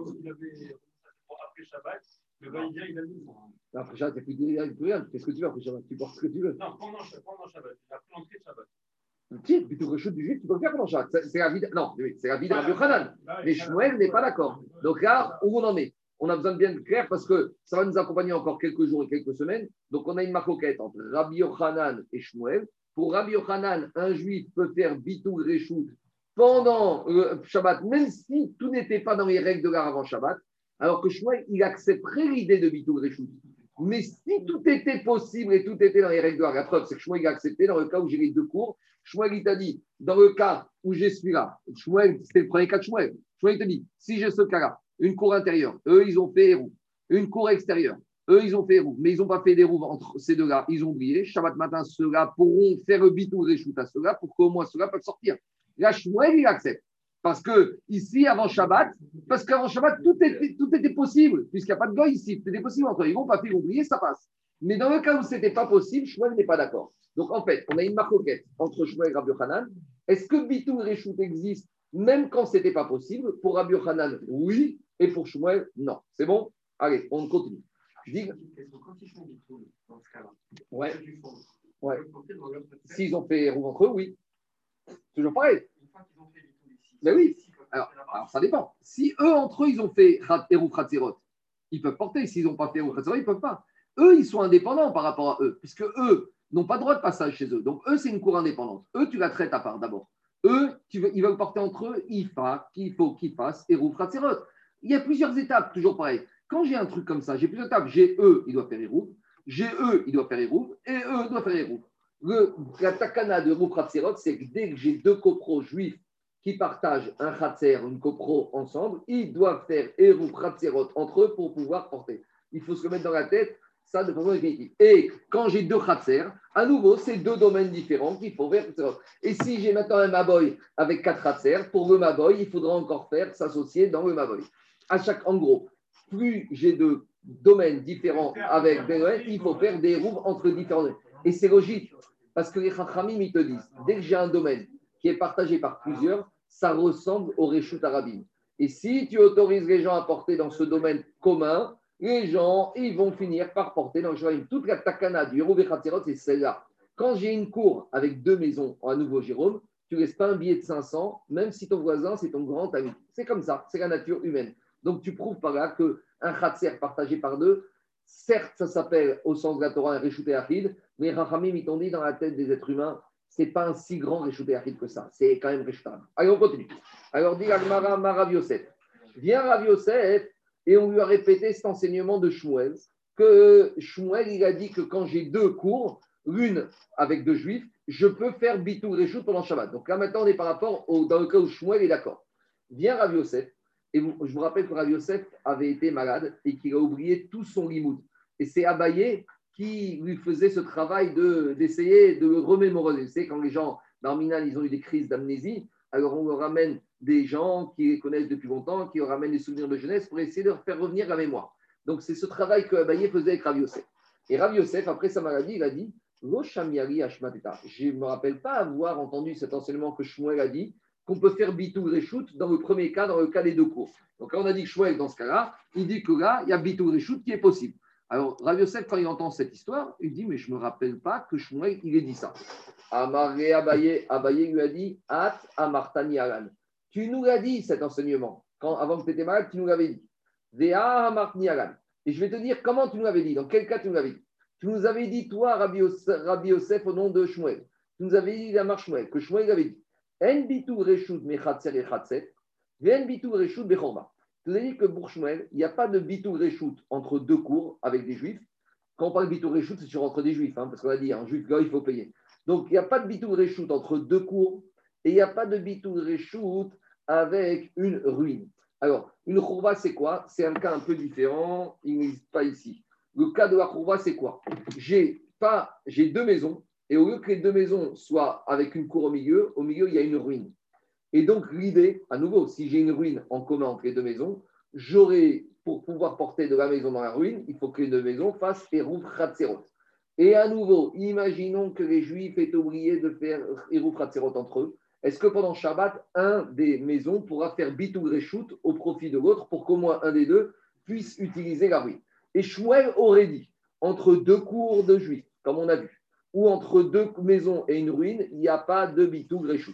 le goy vient, il a mis. Après Shabbat, tu n'as plus rien. Qu'est-ce que tu veux après Shabbat? Tu portes ce que tu veux. Non, pendant, pendant Shabbat. Après l'entrée de Shabbat. Si, plutôt que le chute du juif, tu peux le faire pendant Shabbat. C'est la vie de... Non, c'est la vie de Rabbi Yochanan. Mais Shmuel n'est pas d'accord. Donc là, où on en est? On a besoin de bien être clair parce que ça va nous accompagner encore quelques jours et quelques semaines. Donc on a une marcoquette entre Rabbi Yochanan et Shmuel. Pour Rabbi Yochanan, un juif peut faire bitou reshout pendant le Shabbat, même si tout n'était pas dans les règles de l'art avant Shabbat, alors que Shmuel, il accepterait l'idée de bitou reshout. Mais si tout était possible et tout était dans les règles de l'art, la preuve, c'est que Shmuel a accepté dans le cas où j'ai les deux cours. Shmuel, il t'a dit, dans le cas où j'ai celui-là, Shmuel, c'était le premier cas de Shmuel. Shmuel, il t'a dit, si j'ai ce cas-là, une cour intérieure, eux, ils ont fait Hérouf. Une cour extérieure, eux, ils ont fait Hérouf. Mais ils n'ont pas fait d'Hérouf entre ces deux-là. Ils ont oublié. Shabbat matin, ceux-là pourront faire le bitou reshout à ceux-là pour qu'au moins ceux-là peuvent sortir. Là, Shmuel, il accepte. Parce que ici, avant Shabbat, parce qu'avant Shabbat, tout était, tout était possible, puisqu'il n'y a pas de goy ici. Tout était possible entre eux. Ils vont pas faire oublier, ça passe. Mais dans le cas où ce n'était pas possible, Shmuel n'est pas d'accord. Donc, en fait, on a une marcoquette entre Shmuel et Rabbi Yochanan. Est-ce que bitou reshout existe même quand ce n'était pas possible? Pour Rabbi Yochanan, oui. Et pour Shmuel, non. C'est bon? Allez, on continue. Je dis... Quand ils font bitou, dans ce cas-là, ouais. Ouais. S'ils ont fait Hérouf entre eux, oui. Toujours pareil. Une fois qu'ils ont fait bitou ici. Mais oui. Alors, alors, ça dépend. Si eux, entre eux, ils ont fait Hérouf Hatzerot, ils peuvent porter. S'ils n'ont pas fait Hérouf Hatzerot, ils ne peuvent pas. Eux, ils sont indépendants par rapport à eux, puisque eux n'ont pas de droit de passage chez eux. Donc, eux, c'est une cour indépendante. Eux, tu la traites à part d'abord. Eux, tu veux, ils veulent porter entre eux, il faut qu'ils fassent Hérouf Hatzerot. Il y a plusieurs étapes, toujours pareil. Quand j'ai un truc comme ça, j'ai plusieurs étapes. J'ai eux, ils doivent faire Hérouf. J'ai eux, ils doivent faire Hérouf. Et eux, ils doivent faire Hérouf. Le, la takana de Hérouf Hatzerot, c'est que dès que j'ai deux copros juifs qui partagent un Hatzer, une copro ensemble, ils doivent faire Hérouf Hatzerot entre eux pour pouvoir porter. Il faut se le mettre dans la tête. ça de façon définitive. Et quand j'ai deux khatser, à nouveau, c'est deux domaines différents qu'il faut faire. Et si j'ai maintenant un maboy avec quatre khatser, pour le maboy, il faudra encore faire s'associer dans le maboy. À chaque, en gros, plus j'ai de domaines différents avec des domaines, il faut faire des rouves entre différents domaines. Et c'est logique, parce que les chachamim, ils te disent, dès que j'ai un domaine qui est partagé par plusieurs, ça ressemble au Réchut Arabim. Et si tu autorises les gens à porter dans ce domaine commun, les gens, ils vont finir par porter dans le Jérôme. Toute la takana du Hérouv et Khatzerot, c'est celle-là. Quand j'ai une cour avec deux maisons à nouveau Jérôme, tu ne laisses pas un billet de cinq cents, même si ton voisin, c'est ton grand ami. C'est comme ça, c'est la nature humaine. Donc tu prouves par là qu'un Khatser partagé par deux, certes, ça s'appelle au sens de la Torah un Réchouté Achid, mais Rachamim, ils t'ont dit dans la tête des êtres humains, ce n'est pas un si grand Réchouté Achid que ça. C'est quand même Réchouté. Allez, on continue. Alors, dit Agmara, Marav Yosef. Vient Rav Yosef et on lui a répété cet enseignement de Shmuel, que Shmuel, il a dit que quand j'ai deux cours, l'une avec deux juifs, je peux faire Bitou Réchout pendant Shabbat. Donc là, maintenant, on est par rapport au, dans le cas où Shmuel est d'accord. Vient Rav Yosef, et vous, je vous rappelle que Rav Yosef avait été malade et qu'il a oublié tout son limoud. Et c'est Abaye qui lui faisait ce travail de, d'essayer de le remémorer. Vous savez, quand les gens, dans Minan, ils ont eu des crises d'amnésie, alors on leur ramène des gens qui les connaissent depuis longtemps, qui leur ramènent des souvenirs de jeunesse pour essayer de leur faire revenir la mémoire. Donc c'est ce travail que Abaye faisait avec Rav Yosef. Et Rav Yosef, après sa maladie, il a dit Lo Shamiari Hashmateta. Je ne me rappelle pas avoir entendu cet enseignement que Shmuel a dit, qu'on peut faire Bitou Réchout dans le premier cas, dans le cas des deux cours. Donc là, on a dit que Shmuel, dans ce cas-là, il dit que là, il y a Bitou Réchout qui est possible. Alors, Rav Yosef, quand il entend cette histoire, il dit, mais je ne me rappelle pas que Shmuel, il ait dit ça. Amaré Abaye, Abaye lui a dit, At Amartani Alan. Tu nous l'as dit, cet enseignement. Quand, avant que tu étais malade, tu nous l'avais dit. Vea Amartani Alan. Et je vais te dire comment tu nous l'avais dit, dans quel cas tu nous l'avais dit. Tu nous avais dit, toi, Rabbi Yosef, Rabbi Yosef au nom de Shmuel. Tu nous avais dit, la marche Shmuel, que Shmuel avait dit, En bitou reshut mechatzer et chatset, ven bitou reshut bechorba. Tu nous as dit que pour Shmuel, il n'y a pas de bitou reshut entre deux cours avec des juifs. Quand on parle de bitou reshut, c'est sur entre des juifs, hein, parce qu'on a dit, un juif, là, il faut payer. Donc, il n'y a pas de bitou reshut entre deux cours et il n'y a pas de bitou reshut avec une ruine. Alors, une chorba, c'est quoi? C'est un cas un peu différent, il n'existe pas ici. Le cas de la chorba, c'est quoi? J'ai pas, j'ai deux maisons. Et au lieu que les deux maisons soient avec une cour au milieu, au milieu, il y a une ruine. Et donc, l'idée, à nouveau, si j'ai une ruine en commun entre les deux maisons, j'aurai, pour pouvoir porter de la maison dans la ruine, il faut que les deux maisons fassent Eruv Khatserot. Et à nouveau, imaginons que les Juifs aient oublié de faire Eruv Khatserot entre eux. Est-ce que pendant Shabbat, un des maisons pourra faire Bitou Réchout au profit de l'autre pour qu'au moins un des deux puisse utiliser la ruine? Et Shmuel aurait dit, entre deux cours de Juifs, comme on a vu, ou entre deux maisons et une ruine, il n'y a pas de bitou gréchout.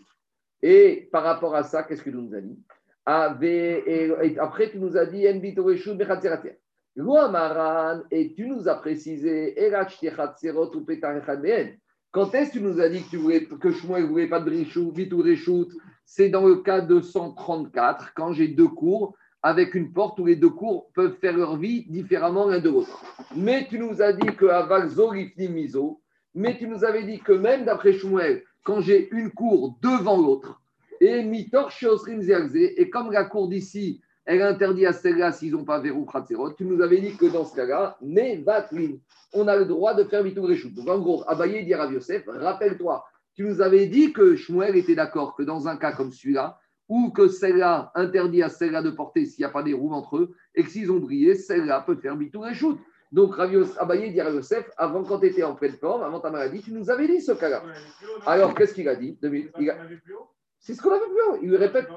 Et par rapport à ça, qu'est-ce que tu nous as dit? Et après, tu nous as dit en bitou gréchout, bechatzerater. Maran, et tu nous as précisé, quand est-ce que tu nous as dit que, tu voulais, que Shmuel ne voulait pas de bitou gréchout? C'est dans le cas de cent trente-quatre, quand j'ai deux cours, avec une porte où les deux cours peuvent faire leur vie différemment l'un de l'autre. Mais tu nous as dit que avec Zorifni Miso, mais tu nous avais dit que même d'après Shmuel, quand j'ai une cour devant l'autre, et Mitor Sheosrim Zeagze, et comme la cour d'ici, elle interdit à celle-là s'ils n'ont pas verrou Khatserot, tu nous avais dit que dans ce cas-là, mais Vatlin, on a le droit de faire Bitou Réchout. Donc en gros, Abaye dit à Rav Yosef, rappelle-toi, tu nous avais dit que Shmuel était d'accord que dans un cas comme celui-là, ou que celle-là interdit à celle-là de porter s'il n'y a pas des roues entre eux, et que s'ils ont brillé, celle-là peut faire Bitou Réchout. Donc, Abaye dit à Rav Yosef, avant quand tu étais en pleine forme, avant ta maladie, tu nous avais dit ce cas-là. Alors, qu'est-ce qu'il a dit? Il a... C'est ce qu'on a vu plus haut. Il lui répète.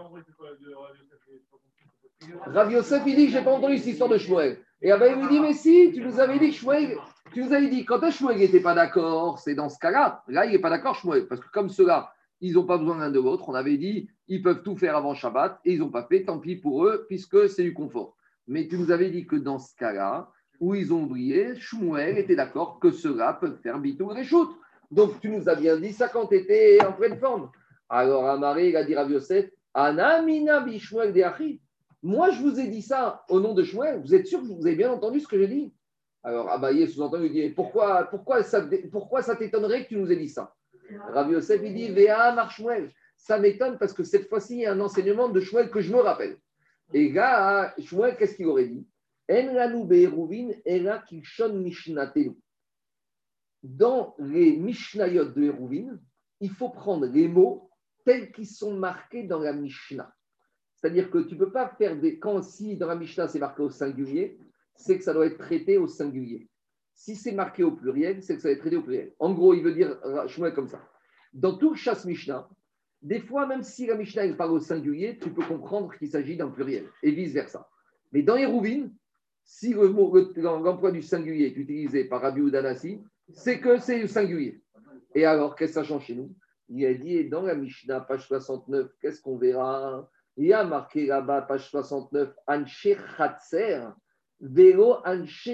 Rav Yosef, il dit que je n'ai pas entendu cette histoire de Shmuel. Et Abaye lui dit, mais si, tu nous avais dit que Shmuel, tu nous avais dit, quand Shmuel n'était pas d'accord, c'est dans ce cas-là. Là, il n'est pas d'accord, Shmuel, parce que comme ceux-là, ils n'ont pas besoin l'un de l'autre. On avait dit, ils peuvent tout faire avant Shabbat, et ils n'ont pas fait, tant pis pour eux, puisque c'est du confort. Mais tu nous avais dit que dans ce cas-là, où ils ont brillé, Shmuel était d'accord que ceux-là peuvent faire Bitou Réchout. Donc, tu nous as bien dit ça quand tu étais en pleine forme. Alors, Amaré, il a dit Rav Yosef, Anamina bi Shmuel de Achi. Moi, je vous ai dit ça au nom de Shmuel. Vous êtes sûr que vous avez bien entendu ce que j'ai dit? Alors, Abaye sous-entendu, il dit pourquoi, pourquoi, ça, pourquoi ça t'étonnerait que tu nous aies dit ça? Rav Yosef, il dit Véa mar Shmuel. Ça m'étonne parce que cette fois-ci, il y a un enseignement de Shmuel que je me rappelle. Et là, Shmuel, qu'est-ce qu'il aurait dit? En lanu be'eruvin, ela kilshon mishnatenu. Dans les Mishnayot de Eruvin, il faut prendre les mots tels qu'ils sont marqués dans la Mishnah. C'est-à-dire que tu ne peux pas faire des. Quand si dans la Mishnah c'est marqué au singulier, c'est que ça doit être traité au singulier. Si c'est marqué au pluriel, c'est que ça doit être traité au pluriel. En gros, il veut dire, je mets comme ça. Dans tout chasse Mishnah, des fois, même si la Mishnah elle parle au singulier, tu peux comprendre qu'il s'agit d'un pluriel et vice-versa. Mais dans Eruvin, si le mot, l'emploi du singulier est utilisé par Rabbi Udanassi, c'est que c'est le singulier. Et alors, qu'est-ce que ça change chez nous? Il a dit, dans la Mishnah, page soixante-neuf, qu'est-ce qu'on verra? Il y a marqué là-bas, page soixante-neuf, Anshe Chatser, Velo Anshe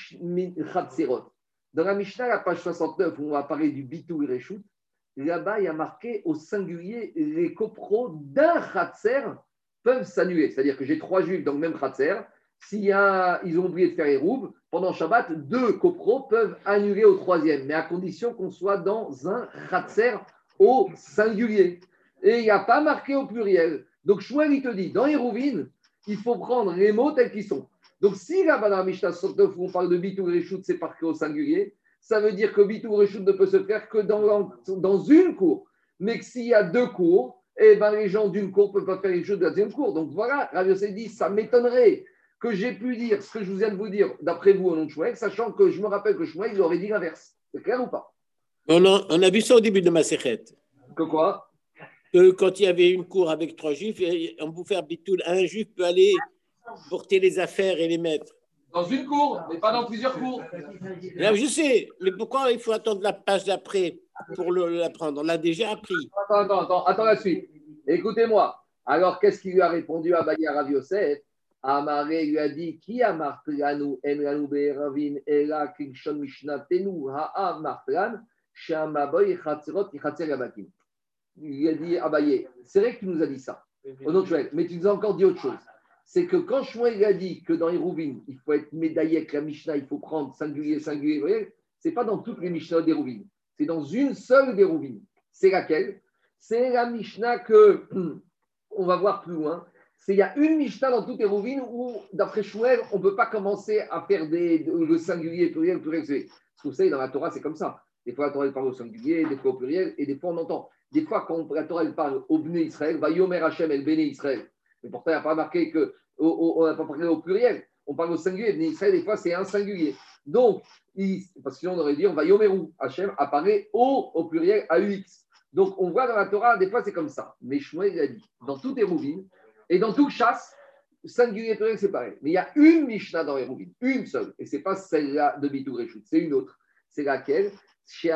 Chatserot. Dans la Mishnah, la page soixante-neuf, où on va parler du Bitou et Reshut, là-bas, il y a marqué au singulier, les copros d'un Chatser peuvent s'annuler. C'est-à-dire que j'ai trois juifs dans le même Chatser. S'il y a, ils ont oublié de faire Hérouv, pendant Shabbat, deux copros peuvent annuler au troisième, mais à condition qu'on soit dans un Khatser au singulier. Et il n'y a pas marqué au pluriel. Donc, Shmuel, il te dit, dans Hérouvin, il faut prendre les mots tels qu'ils sont. Donc, si là-bas dans la Mishnah soixante-neuf, où on parle de Bitou Reshut, c'est marqué au singulier, ça veut dire que Bitou Reshut ne peut se faire que dans, dans une cour. Mais que s'il y a deux cours, eh ben, les gens d'une cour ne peuvent pas faire les choses de la deuxième cour. Donc, voilà, Rav Yosef dit, ça m'étonnerait que j'ai pu dire ce que je vous viens de vous dire, d'après vous, au nom de Shmuel, sachant que je me rappelle que Shmuel, il aurait dit l'inverse. C'est clair ou pas? on a, on a vu ça au début de Maséchet. Que quoi? Que quand il y avait une cour avec trois juifs, on peut faire bitoul. Un juif peut aller porter les affaires et les mettre. Dans une cour, mais pas dans plusieurs cours. Là, je sais, mais pourquoi il faut attendre la page d'après pour l'apprendre? On l'a déjà appris. Attends, attends, attends, attends la suite. Écoutez-moi. Alors, qu'est-ce qu'il lui a répondu à Baye Rav Yosef? Amaré lui a dit, qui a martelanu en lanu be'eravin ela kilshon mishnatenu ha'av martelan shamaboy chatzerot kichatzer yabatim. Il a dit, Abaye, c'est vrai que tu nous as dit ça, au nom de Shmuel, mais tu nous as encore dit autre chose. C'est que quand Shmuel a dit que dans Hérouvin, il faut être médaillé avec la Mishnah, il faut prendre singulier, singulier, c'est pas dans toutes les Mishnah d'Hérouvin, c'est dans une seule d'Hérouvin. C'est laquelle? C'est la Mishnah que, on va voir plus loin. Il y a une Mishnah dans toute Hérouvin où, d'après Shmuel, on ne peut pas commencer à faire des, le singulier, pluriel, pluriel. Parce que vous savez, dans la Torah, c'est comme ça. Des fois, la Torah elle parle au singulier, des fois au pluriel, et des fois, on entend. Des fois, quand la Torah elle parle au Bnei Israël, va Yomer Hashem el Bnei Israël. Mais pourtant, il n'y a pas marqué qu'on n'a pas parlé au pluriel. On parle au singulier. Bnei Israël, des fois, c'est un singulier. Donc, il, parce que sinon, on aurait dit, on va Yomeru Hashem apparaît au, au pluriel A U X. Donc, on voit dans la Torah, des fois, c'est comme ça. Mais Shmuel, il a dit, dans toute Hérouvin, et dans toute chasse, singulier et pluriel, c'est pareil. Mais il y a une Mishnah dans Hérouvin, une seule. Et ce n'est pas celle-là de Bitou Reshut, c'est une autre. C'est laquelle? C'est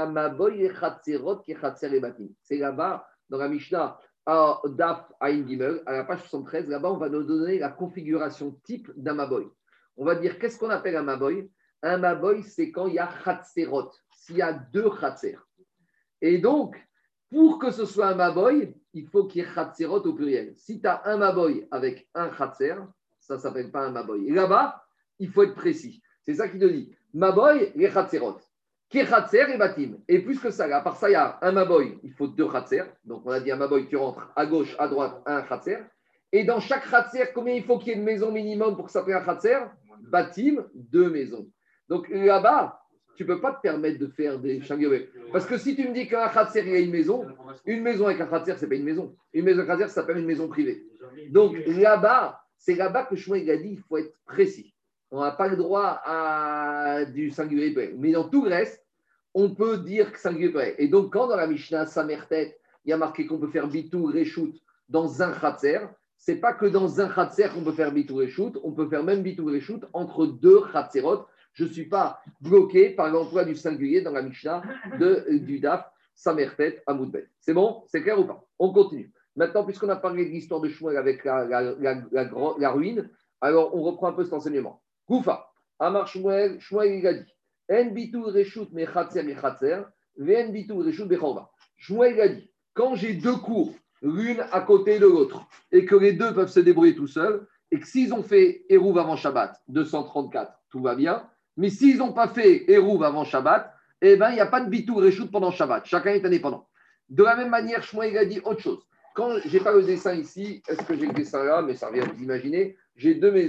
là-bas, dans la Mishnah, à Daf Aïn Gimel, à la page soixante-treize, là-bas, on va nous donner la configuration type d'un Maboy. On va dire, qu'est-ce qu'on appelle un Maboy? Un Maboy, c'est quand il y a Chatserot, s'il y a deux Chatser. Et donc, pour que ce soit un Maboy, il faut qu'il y ait Chatserot au pluriel. Si tu as un Maboy avec un Chatser, ça ne s'appelle pas un Maboy. Et là-bas, il faut être précis. C'est ça qu'il te dit. Maboy, les Chatserot. Qui est Chatser et Batim. Et plus que ça, à part ça, il y a un Maboy, il faut deux Chatser. Donc on a dit un Maboy, tu rentres à gauche, à droite, un Chatser. Et dans chaque Chatser, combien il faut qu'il y ait de maisons minimum pour que ça s'appelle un Chatser? Batim, deux maisons. Donc là-bas, tu ne peux pas te permettre de faire des changués. Parce que si tu me dis qu'un Khatser, il y a une maison, une maison avec un Khatser, ce n'est pas une maison. Une maison avec un Khatser, ça s'appelle une maison privée. Donc là-bas, c'est là-bas que Shmuel a dit il faut être précis. On n'a pas le droit à du singulier. Mais dans tout le reste, on peut dire que singulier. Et donc, quand dans la Mishnah, Samertet, il y a marqué qu'on peut faire Bitou, Reshut dans un Khatser, ce n'est pas que dans un Khatser qu'on peut faire Bitou, Reshut, on peut faire même Bitou, Reshut entre deux Khatserot. Je ne suis pas bloqué par l'emploi du singulier dans la Mishnah de, du Daf Samertet à Moudbet. C'est bon? C'est clair ou pas? On continue. Maintenant, puisqu'on a parlé de l'histoire de Shmuel avec la, la, la, la, la ruine, alors on reprend un peu cet enseignement. Goufa, Amar Shmuel, Shmuel il a dit En bitu reshut mechatzer mechatzer, ven bitu reshut bechorba. Shmuel il a dit quand j'ai deux cours, l'une à côté de l'autre, et que les deux peuvent se débrouiller tout seuls, et que s'ils ont fait Hérouv avant Shabbat, deux cent trente-quatre, tout va bien. Mais s'ils n'ont pas fait Hérouv avant Shabbat, eh bien, il n'y a pas de bitou reshoot pendant Shabbat. Chacun est indépendant. De la même manière, Shmuel a dit autre chose. Quand je n'ai pas le dessin ici, est-ce que j'ai le dessin là? Mais ça revient, vous imaginez. J'ai deux maisons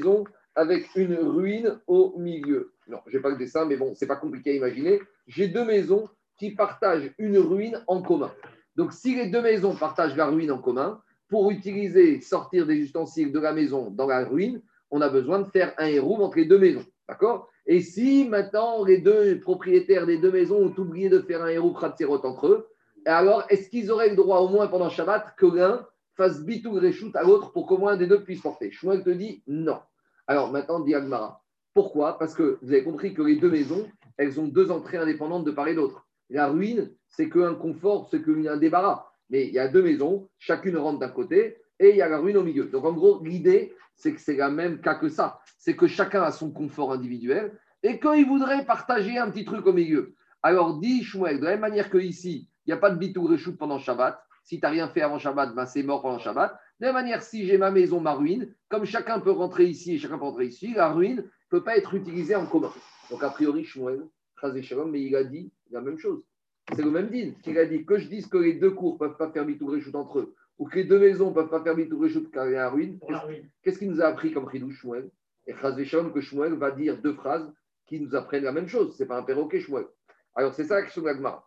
avec une ruine au milieu. Non, je n'ai pas le dessin, mais bon, c'est pas compliqué à imaginer. J'ai deux maisons qui partagent une ruine en commun. Donc, si les deux maisons partagent la ruine en commun, pour utiliser, sortir des ustensiles de la maison dans la ruine, on a besoin de faire un héroum entre les deux maisons. D'accord? Et si maintenant les deux propriétaires des deux maisons ont oublié de faire un héroum khatzerot entre eux, alors est-ce qu'ils auraient le droit, au moins pendant Shabbat, que l'un fasse bitou reshoot à l'autre pour qu'au moins un des deux puisse porter? Shmuel te dit non. Alors maintenant, dit Agmara. Pourquoi? Parce que vous avez compris que les deux maisons, elles ont deux entrées indépendantes de part et d'autre. La ruine, c'est qu'un confort, c'est qu'un débarras. Mais il y a deux maisons, chacune rentre d'un côté et il y a la ruine au milieu. Donc en gros, l'idée, c'est que c'est la même cas que ça. C'est que chacun a son confort individuel et quand il voudrait partager un petit truc au milieu. Alors dit Shmuel, de la même manière qu'ici, il n'y a pas de bitou reshoot pendant Shabbat. Si tu n'as rien fait avant Shabbat, ben c'est mort pendant Shabbat. De la même manière, si j'ai ma maison, ma ruine, comme chacun peut rentrer ici et chacun peut rentrer ici, la ruine ne peut pas être utilisée en commun. Donc a priori, Shmuel, Chazé Shalom, mais il a dit la même chose. C'est le même din qu'il a dit que je dise que les deux cours ne peuvent pas faire bitou reshoot entre eux ou que les deux maisons ne peuvent pas faire bitou reshoot car il y a la ruine. Qu'est-ce qu'il nous a appris comme chidouche Shmuel? Et Chazé Shalom que Shmuel va dire deux phrases qui nous apprennent la même chose. Ce n'est pas un perroquet Shmuel. Alors c'est ça la question de la Gemara.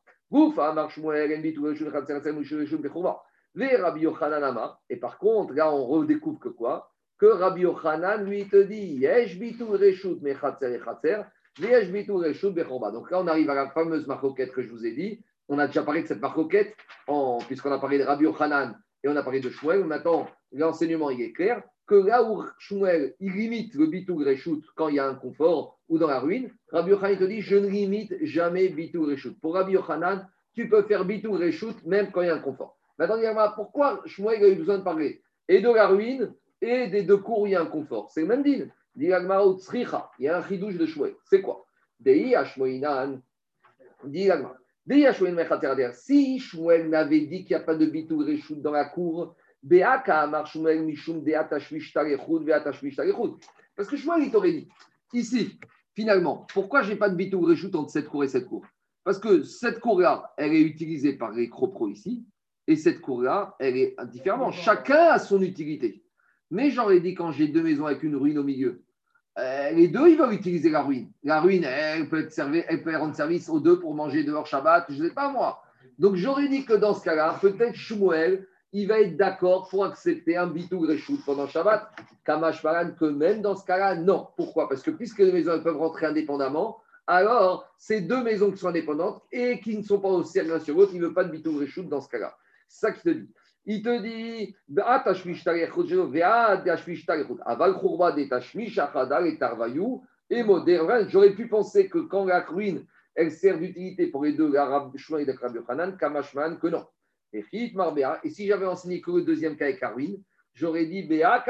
Et par contre, là, on redécouvre que quoi? Que Rabbi Yochanan, lui, te dit Yesh bitu reshut mechatzer echatzer, yesh bitu reshut bechorba. Donc là, on arrive à la fameuse marcoquette que je vous ai dit. On a déjà parlé de cette marcoquette, en, puisqu'on a parlé de Rabbi Yochanan et on a parlé de Shmuel. Maintenant, l'enseignement, il est clair que là où Shmuel, il limite le bitu reshut quand il y a un confort ou dans la ruine, Rabbi Yochanan te dit je ne limite jamais bitu reshut. Pour Rabbi Yochanan, tu peux faire bitu reshut même quand il y a un confort. Maintenant, pourquoi Shmuel a eu besoin de parler et de la ruine et des deux cours où il y a un confort? C'est le même deal. Il y a un chidouche de Shmuel. C'est quoi? Si Shmuel n'avait dit qu'il n'y a pas de bitu reshut dans la cour, parce que Shmuel, il t'aurait dit ici, finalement, pourquoi je n'ai pas de bitu reshut entre cette cour et cette cour? Parce que cette cour-là, elle est utilisée par les cropros ici. Et cette cour-là, elle est différemment. Chacun a son utilité. Mais j'aurais dit, quand j'ai deux maisons avec une ruine au milieu, euh, les deux, ils veulent utiliser la ruine. La ruine, elle peut, être servi, elle peut rendre service aux deux pour manger dehors Shabbat, je ne sais pas moi. Donc j'aurais dit que dans ce cas-là, peut-être Shmuel, il va être d'accord pour accepter un bitu reshoot pendant Shabbat. Kamash Maran, que même dans ce cas-là, non. Pourquoi? Parce que puisque les maisons elles peuvent rentrer indépendamment, alors ces deux maisons qui sont indépendantes et qui ne sont pas aussi l'un sur l'autre, il ne veut pas de bitu reshoot dans ce cas-là. C'est ça qu'il te dit. Il te dit j'aurais pu penser que quand la ruine, elle sert d'utilité pour les deux, l'arabe Shmuel et Rabbi Yochanan, Kamashman, que non. Et si j'avais enseigné que le deuxième cas avec la ruine, j'aurais dit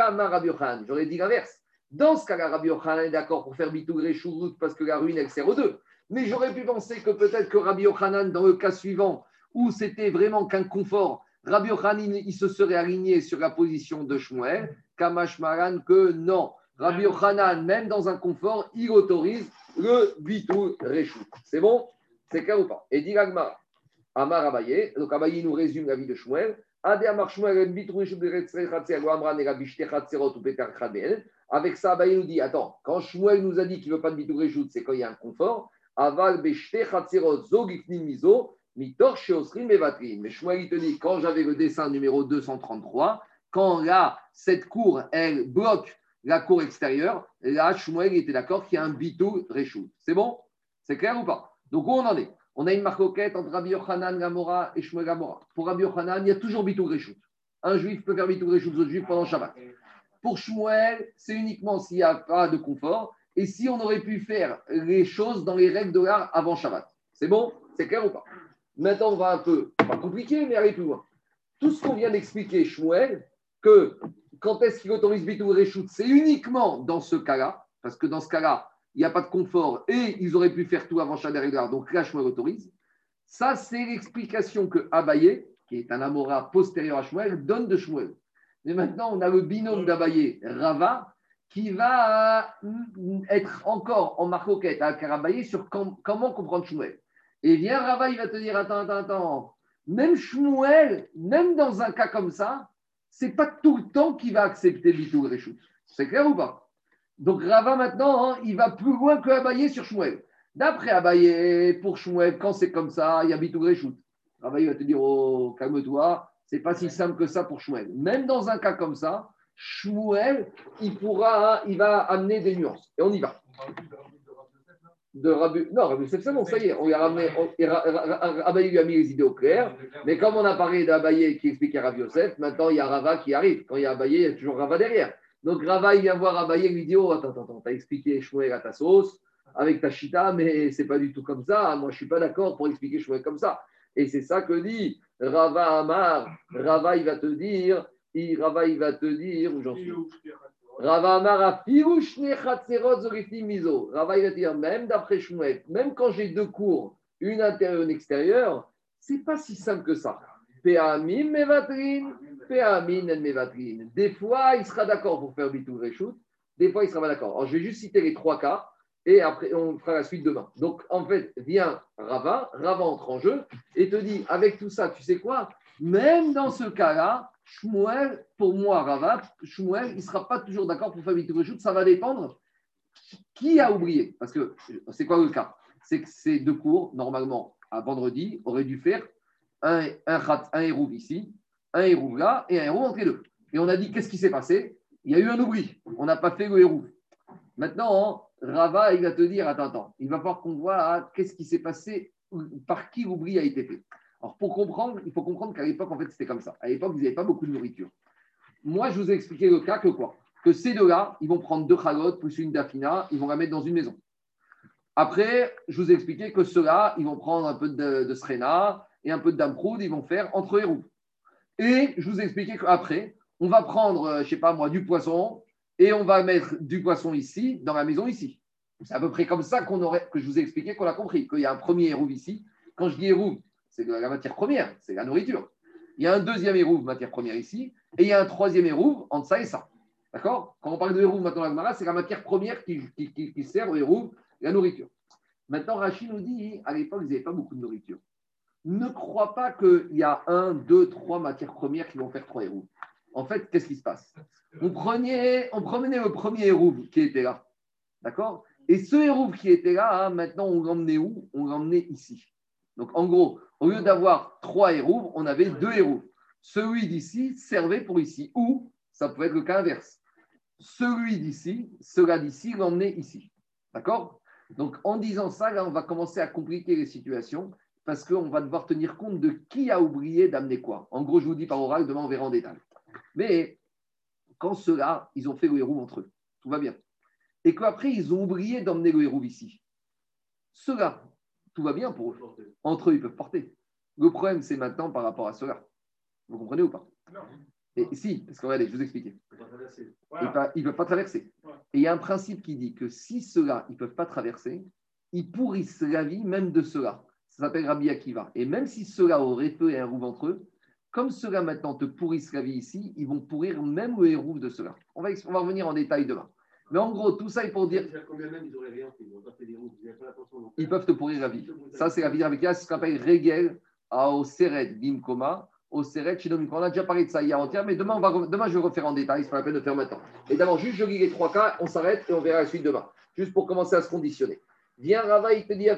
j'aurais dit l'inverse. Dans ce cas-là, Rabbi Yochanan est d'accord pour faire bitou reshoot parce que la ruine, elle sert aux deux. Mais j'aurais pu penser que peut-être que Rabbi Yochanan, dans le cas suivant, où c'était vraiment qu'un confort, Rabbi Yochanan, il se serait aligné sur la position de Shmuel, Kamash Maran, que non. Rabbi Yochanan, même dans un confort, il autorise le bitou reshoot. C'est bon? C'est clair ou pas? Et dit l'Agmara, Amar Abaye, donc Abaye nous résume la vie de Shmuel. Ade Amar Shmuel, bitou reshoot de Retzrechatzer, ou Amran et Rabbi Shtechatserot ou Peter Chadel. Avec ça, Abaye nous dit, attends, quand Shmuel nous a dit qu'il ne veut pas de bitou reshoot, c'est quand il y a un confort. Aval Beshtechatserot Zogifnim Mizo. Mitor Sheosrim Mevatrin. Mais Shmuel, il te dit, quand j'avais le dessin numéro deux cent trente-trois, quand là, cette cour, elle bloque la cour extérieure, là, Shmuel était d'accord qu'il y a un bitou reshoot. C'est bon? C'est clair ou pas? Donc, où on en est? On a une marcoquette entre Rabbi Yochanan Gamora et Shmuel Gamora. Pour Rabbi Yochanan, il y a toujours bitou reshoot. Un juif peut faire bitou reshoot aux juifs pendant Shabbat. Pour Shmuel, c'est uniquement s'il n'y a pas de confort et si on aurait pu faire les choses dans les règles de l'art avant Shabbat. C'est bon? C'est clair ou pas? Maintenant, on va un peu, pas compliqué, mais aller plus loin. Tout ce qu'on vient d'expliquer, Shmuel, que quand est-ce qu'il autorise bitou reshoot, c'est uniquement dans ce cas-là, parce que dans ce cas-là, il n'y a pas de confort et ils auraient pu faire tout avant Shabbat, donc là, Shmuel autorise. Ça, c'est l'explication que Abaye, qui est un Amora postérieur à Shmuel, donne de Shmuel. Mais maintenant, on a le binôme d'Abaye, Rava, qui va être encore en marcoquette avec Abaye sur com- comment comprendre Shmuel. Et vient Rava, il va te dire, attends, attends, attends, même Shmuel, même dans un cas comme ça, c'est pas tout le temps qu'il va accepter bitou reshoot. C'est clair ou pas? Donc Rava maintenant, hein, il va plus loin que Abaye sur Shmuel. D'après Abaye, pour Shmuel, quand c'est comme ça, il y a Bitou Réchout. Rava il va te dire, oh, calme-toi, c'est pas si simple que ça pour Shmuel. Même dans un cas comme ça, Shmuel, il pourra, il va amener des nuances. Et on y va. De Rabbi, non, Rabbi Yosef, c'est bon, ça y est, on lui a ramené, on, Abaye lui a mis les idées au clair, mais comme on a parlé d'Abaye qui expliquait Rabbi Yosef, maintenant il y a Rava qui arrive. Quand il y a Abaye, il y a toujours Rava derrière. Donc Rava, il vient voir Abaye et lui dit, oh, attends, attends, attends, t'as expliqué Shmuel à ta sauce, avec ta chita, mais c'est pas du tout comme ça. Moi, je suis pas d'accord pour expliquer Shmuel comme ça. Et c'est ça que dit Rava Amar. Rava, il va te dire, il, Rava, il va te dire, où j'en suis. Rava Amar, miso. Rava, il va dire, même d'après Shmuel, même quand j'ai deux cours, une intérieure et une extérieure, c'est pas si simple que ça. Pe'amim mevatrin, pe'amin en mevatrin. Des fois, il sera d'accord pour faire bitou reshoot, des fois, il sera pas d'accord. Alors, je vais juste citer les trois cas. Et après, on fera la suite demain. Donc, en fait, vient Rava, Rava entre en jeu et te dit, avec tout ça, tu sais quoi? Même dans ce cas-là, Shmuel, pour moi, Rava, Shmuel, il ne sera pas toujours d'accord pour faire Bitou Reshout. Ça va dépendre qui a oublié. Parce que c'est quoi le cas? C'est que ces deux cours, normalement, à vendredi, auraient dû faire un, un, un hérouv ici, un hérouv là et un hérouv entre les deux. Et on a dit, qu'est-ce qui s'est passé? Il y a eu un oubli. On n'a pas fait le hérouv. Maintenant, Rava, il va te dire, attends, attends, il va falloir qu'on voit ah, qu'est-ce qui s'est passé, par qui l'oubli a été fait. Alors, pour comprendre, il faut comprendre qu'à l'époque, en fait, c'était comme ça. À l'époque, ils n'avaient pas beaucoup de nourriture. Moi, je vous ai expliqué le cas que quoi? Que ces deux-là, ils vont prendre deux chalotes plus une dafina, ils vont la mettre dans une maison. Après, je vous ai expliqué que ceux-là, ils vont prendre un peu de, de srena et un peu de damproud, ils vont faire entre héros. Et je vous ai expliqué qu'après, on va prendre, je ne sais pas moi, du poisson, et on va mettre du poisson ici, dans la maison ici. C'est à peu près comme ça qu'on aurait, que je vous ai expliqué, qu'on a compris, qu'il y a un premier hérouve ici. Quand je dis hérouve, c'est la matière première, c'est la nourriture. Il y a un deuxième hérouve, matière première ici, et il y a un troisième hérouve entre ça et ça. D'accord? Quand on parle de hérouve maintenant, la Gemara, c'est la matière première qui, qui, qui, qui sert au hérouve, la nourriture. Maintenant, Rachid nous dit, à l'époque, ils n'avaient pas beaucoup de nourriture. Ne crois pas qu'il y a un, deux, trois matières premières qui vont faire trois hérouves. En fait, qu'est-ce qui se passe? On prenait, on prenait le premier hérouve qui était là. D'accord? Et ce hérouve qui était là, hein, maintenant, on l'emmenait où? On l'emmenait ici. Donc, en gros, au lieu d'avoir trois hérouves, on avait deux hérouves. Celui d'ici servait pour ici. Ou, ça pouvait être le cas inverse. Celui d'ici, cela d'ici, l'emmenait ici. D'accord? Donc, en disant ça, là, on va commencer à compliquer les situations parce qu'on va devoir tenir compte de qui a oublié d'amener quoi. En gros, je vous dis par oral, demain, on verra en détail. Mais quand ceux-là, ils ont fait le hérouve entre eux, tout va bien. Et qu'après, ils ont oublié d'emmener le hérouve ici. Ceux-là, tout va bien pour eux. Entre eux, ils peuvent porter. Le problème, c'est maintenant par rapport à ceux-là. Vous comprenez ou pas? Non. Et si, parce que regardez, je vous explique. Voilà. Ils ne peuvent pas traverser. Ouais. Et il y a un principe qui dit que si ceux-là, ils ne peuvent pas traverser, ils pourrissent la vie même de ceux-là. Ça s'appelle Rabbi Akiva. Et même si ceux-là auraient fait un hérouve entre eux, comme ceux-là maintenant te pourrissent la vie ici, ils vont pourrir même le hérouve de ceux-là. On va, on va revenir en détail demain. Mais en gros, tout ça est pour dire. Ils peuvent te pourrir la vie. Ça, c'est la vie avec c'est ce qu'on appelle Regel au Seret Bimkoma, au Seret Shidomikoma. On a déjà parlé de ça hier entière, mais demain, on va, demain, je vais refaire en détail. C'est pas la peine de faire maintenant. Et d'abord, juste je lis les trois cas, on s'arrête et on verra la suite demain. Juste pour commencer à se conditionner. Viens, Rava, il te dit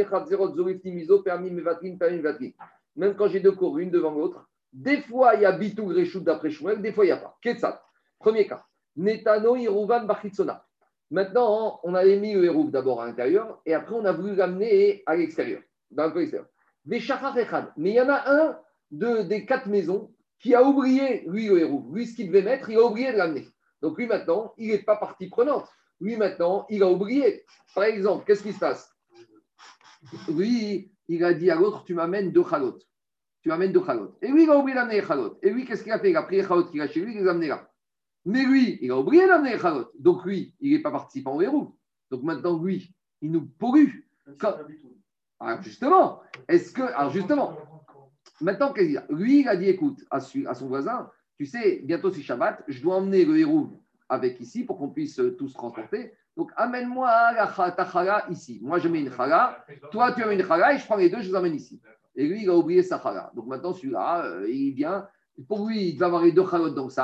même quand j'ai deux cours, une devant l'autre, des fois il y a Bitou Greshout d'après Shmuel, des fois il n'y a pas. Ketsat. Premier cas. Netano Irouvan Bachitsona. Maintenant, on avait mis le hérouve d'abord à l'intérieur et après on a voulu l'amener à l'extérieur, dans le extérieur. Mais il y en a un de, des quatre maisons qui a oublié, lui, le hérouve. Lui, ce qu'il devait mettre, il a oublié de l'amener. Donc lui, maintenant, il n'est pas partie prenante. Lui, maintenant, il a oublié. Par exemple, qu'est-ce qui se passe? Lui, il a dit à l'autre, tu m'amènes deux chalotes. Tu m'amènes deux chalotes. Et lui, il a oublié d'amener les chalotes. Et lui, qu'est-ce qu'il a fait? Il a pris les chalotes qu'il a chez lui, il les a amenés là. Mais lui, il a oublié d'amener les chalotes. Donc lui, il n'est pas participant au héros. Donc maintenant, lui, il nous pollue. Quand... Alors justement, est-ce que... Alors justement, maintenant, qu'est-ce qu'il a? Lui, il a dit, écoute, à son voisin, tu sais, bientôt c'est Shabbat, je dois emmener le héros avec ici pour qu'on puisse tous transporter. Donc amène-moi la ta chala ici. Moi, je mets une chala, toi, tu mets une chala et je prends les deux, je les amène ici. Et lui, il a oublié sa chala. Donc maintenant, celui-là, euh, il vient. Pour lui, il va avoir les deux chalotes dans le sac.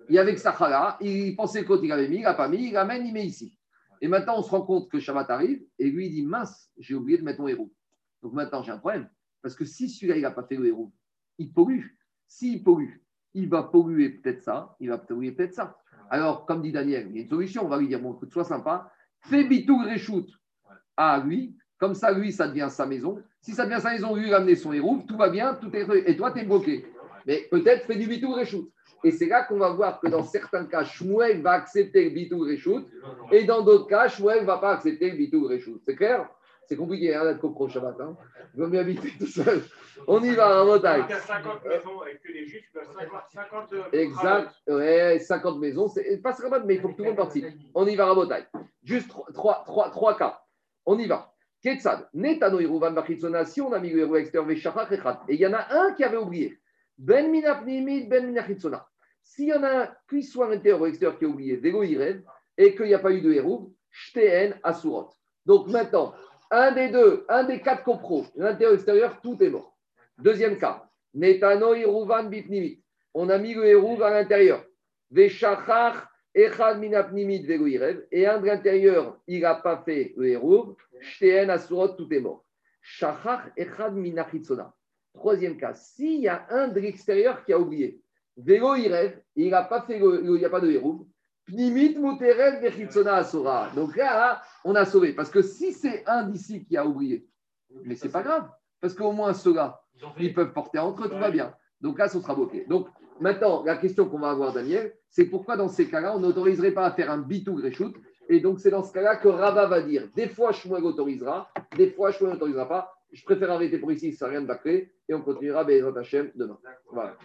Il y avait que Sahara, il pensait que l'autre il avait mis, il n'a pas mis, il amène, il met ici. Et maintenant, on se rend compte que Shabbat arrive et lui il dit mince, j'ai oublié de mettre mon héros. Donc maintenant, j'ai un problème. Parce que si celui-là, il n'a pas fait le héros, il pollue. S'il pollue, il va polluer peut-être ça, il va polluer peut-être ça. Alors, comme dit Daniel, il y a une solution, on va lui dire bon, écoute, sois sympa, fais bitou reshoot à lui, comme ça, lui, ça devient sa maison. Si ça devient sa maison, lui, il a amené son héros, tout va bien, tout est et toi, tu es bloqué. Mais peut-être fais du bitou reshoot. Et c'est là qu'on va voir que dans certains cas, Shmuel va accepter le bitou reshoot, et dans d'autres cas, Shmuel ne va pas accepter le bitou reshoot. C'est clair? C'est compliqué hein, d'être copro Shabbat. Hein. Je vais m'habiter tout seul. On y va, en montagne. Il y a cinquante maisons et que les juifs peuvent cinquante. Exact. Ouais, cinquante maisons. C'est pas Shabbat, mais il faut que tout le monde participe. On y va, en montagne. Juste trois, trois, trois cas. On y va. Ketsad. Netano Iruvan Bachitsona. Si on a mis le héros extérieur, Veshachach Echad. Et il y en a un qui avait oublié. Ben Minapnimid, Ben Minachitsona. S'il y en a un qui soit à l'intérieur ou à l'extérieur qui a oublié, Vélo Irev, et qu'il n'y a pas eu de héros, Shteen Asurot. Donc maintenant, un des deux, un des quatre copros, l'intérieur et l'extérieur, tout est mort. Deuxième cas, Netano Iruvan Bipnimit. On a mis le héros à l'intérieur. Veshachach Echad Minapnimit Vélo Irev. Et un de l'intérieur, il n'a pas fait le héros, Shteen Asurot, tout est mort. Shachach Echad Minachitsona. Troisième cas, s'il y a un de l'extérieur qui a oublié, Vélo Irev, il n'a pas fait le, il n'y a pas de héros. Pnimit Muterev Vechitsona Asura. Donc là, on a sauvé. Parce que si c'est un d'ici qui a oublié, mais c'est pas grave. Parce qu'au moins ceux-là, ils peuvent porter entre eux, tout va bien. Donc là, ce sera bloqué. Donc maintenant, la question qu'on va avoir, Daniel, c'est pourquoi dans ces cas-là, on n'autoriserait pas à faire un bitou gréchout. Et donc c'est dans ce cas-là que Rava va dire, des fois Shmuel autorisera, des fois Shmuel n'autorisera pas. Je préfère arrêter pour ici, ça n'a rien de bâclé. Et on continuera Bezrat Hashem demain. Voilà.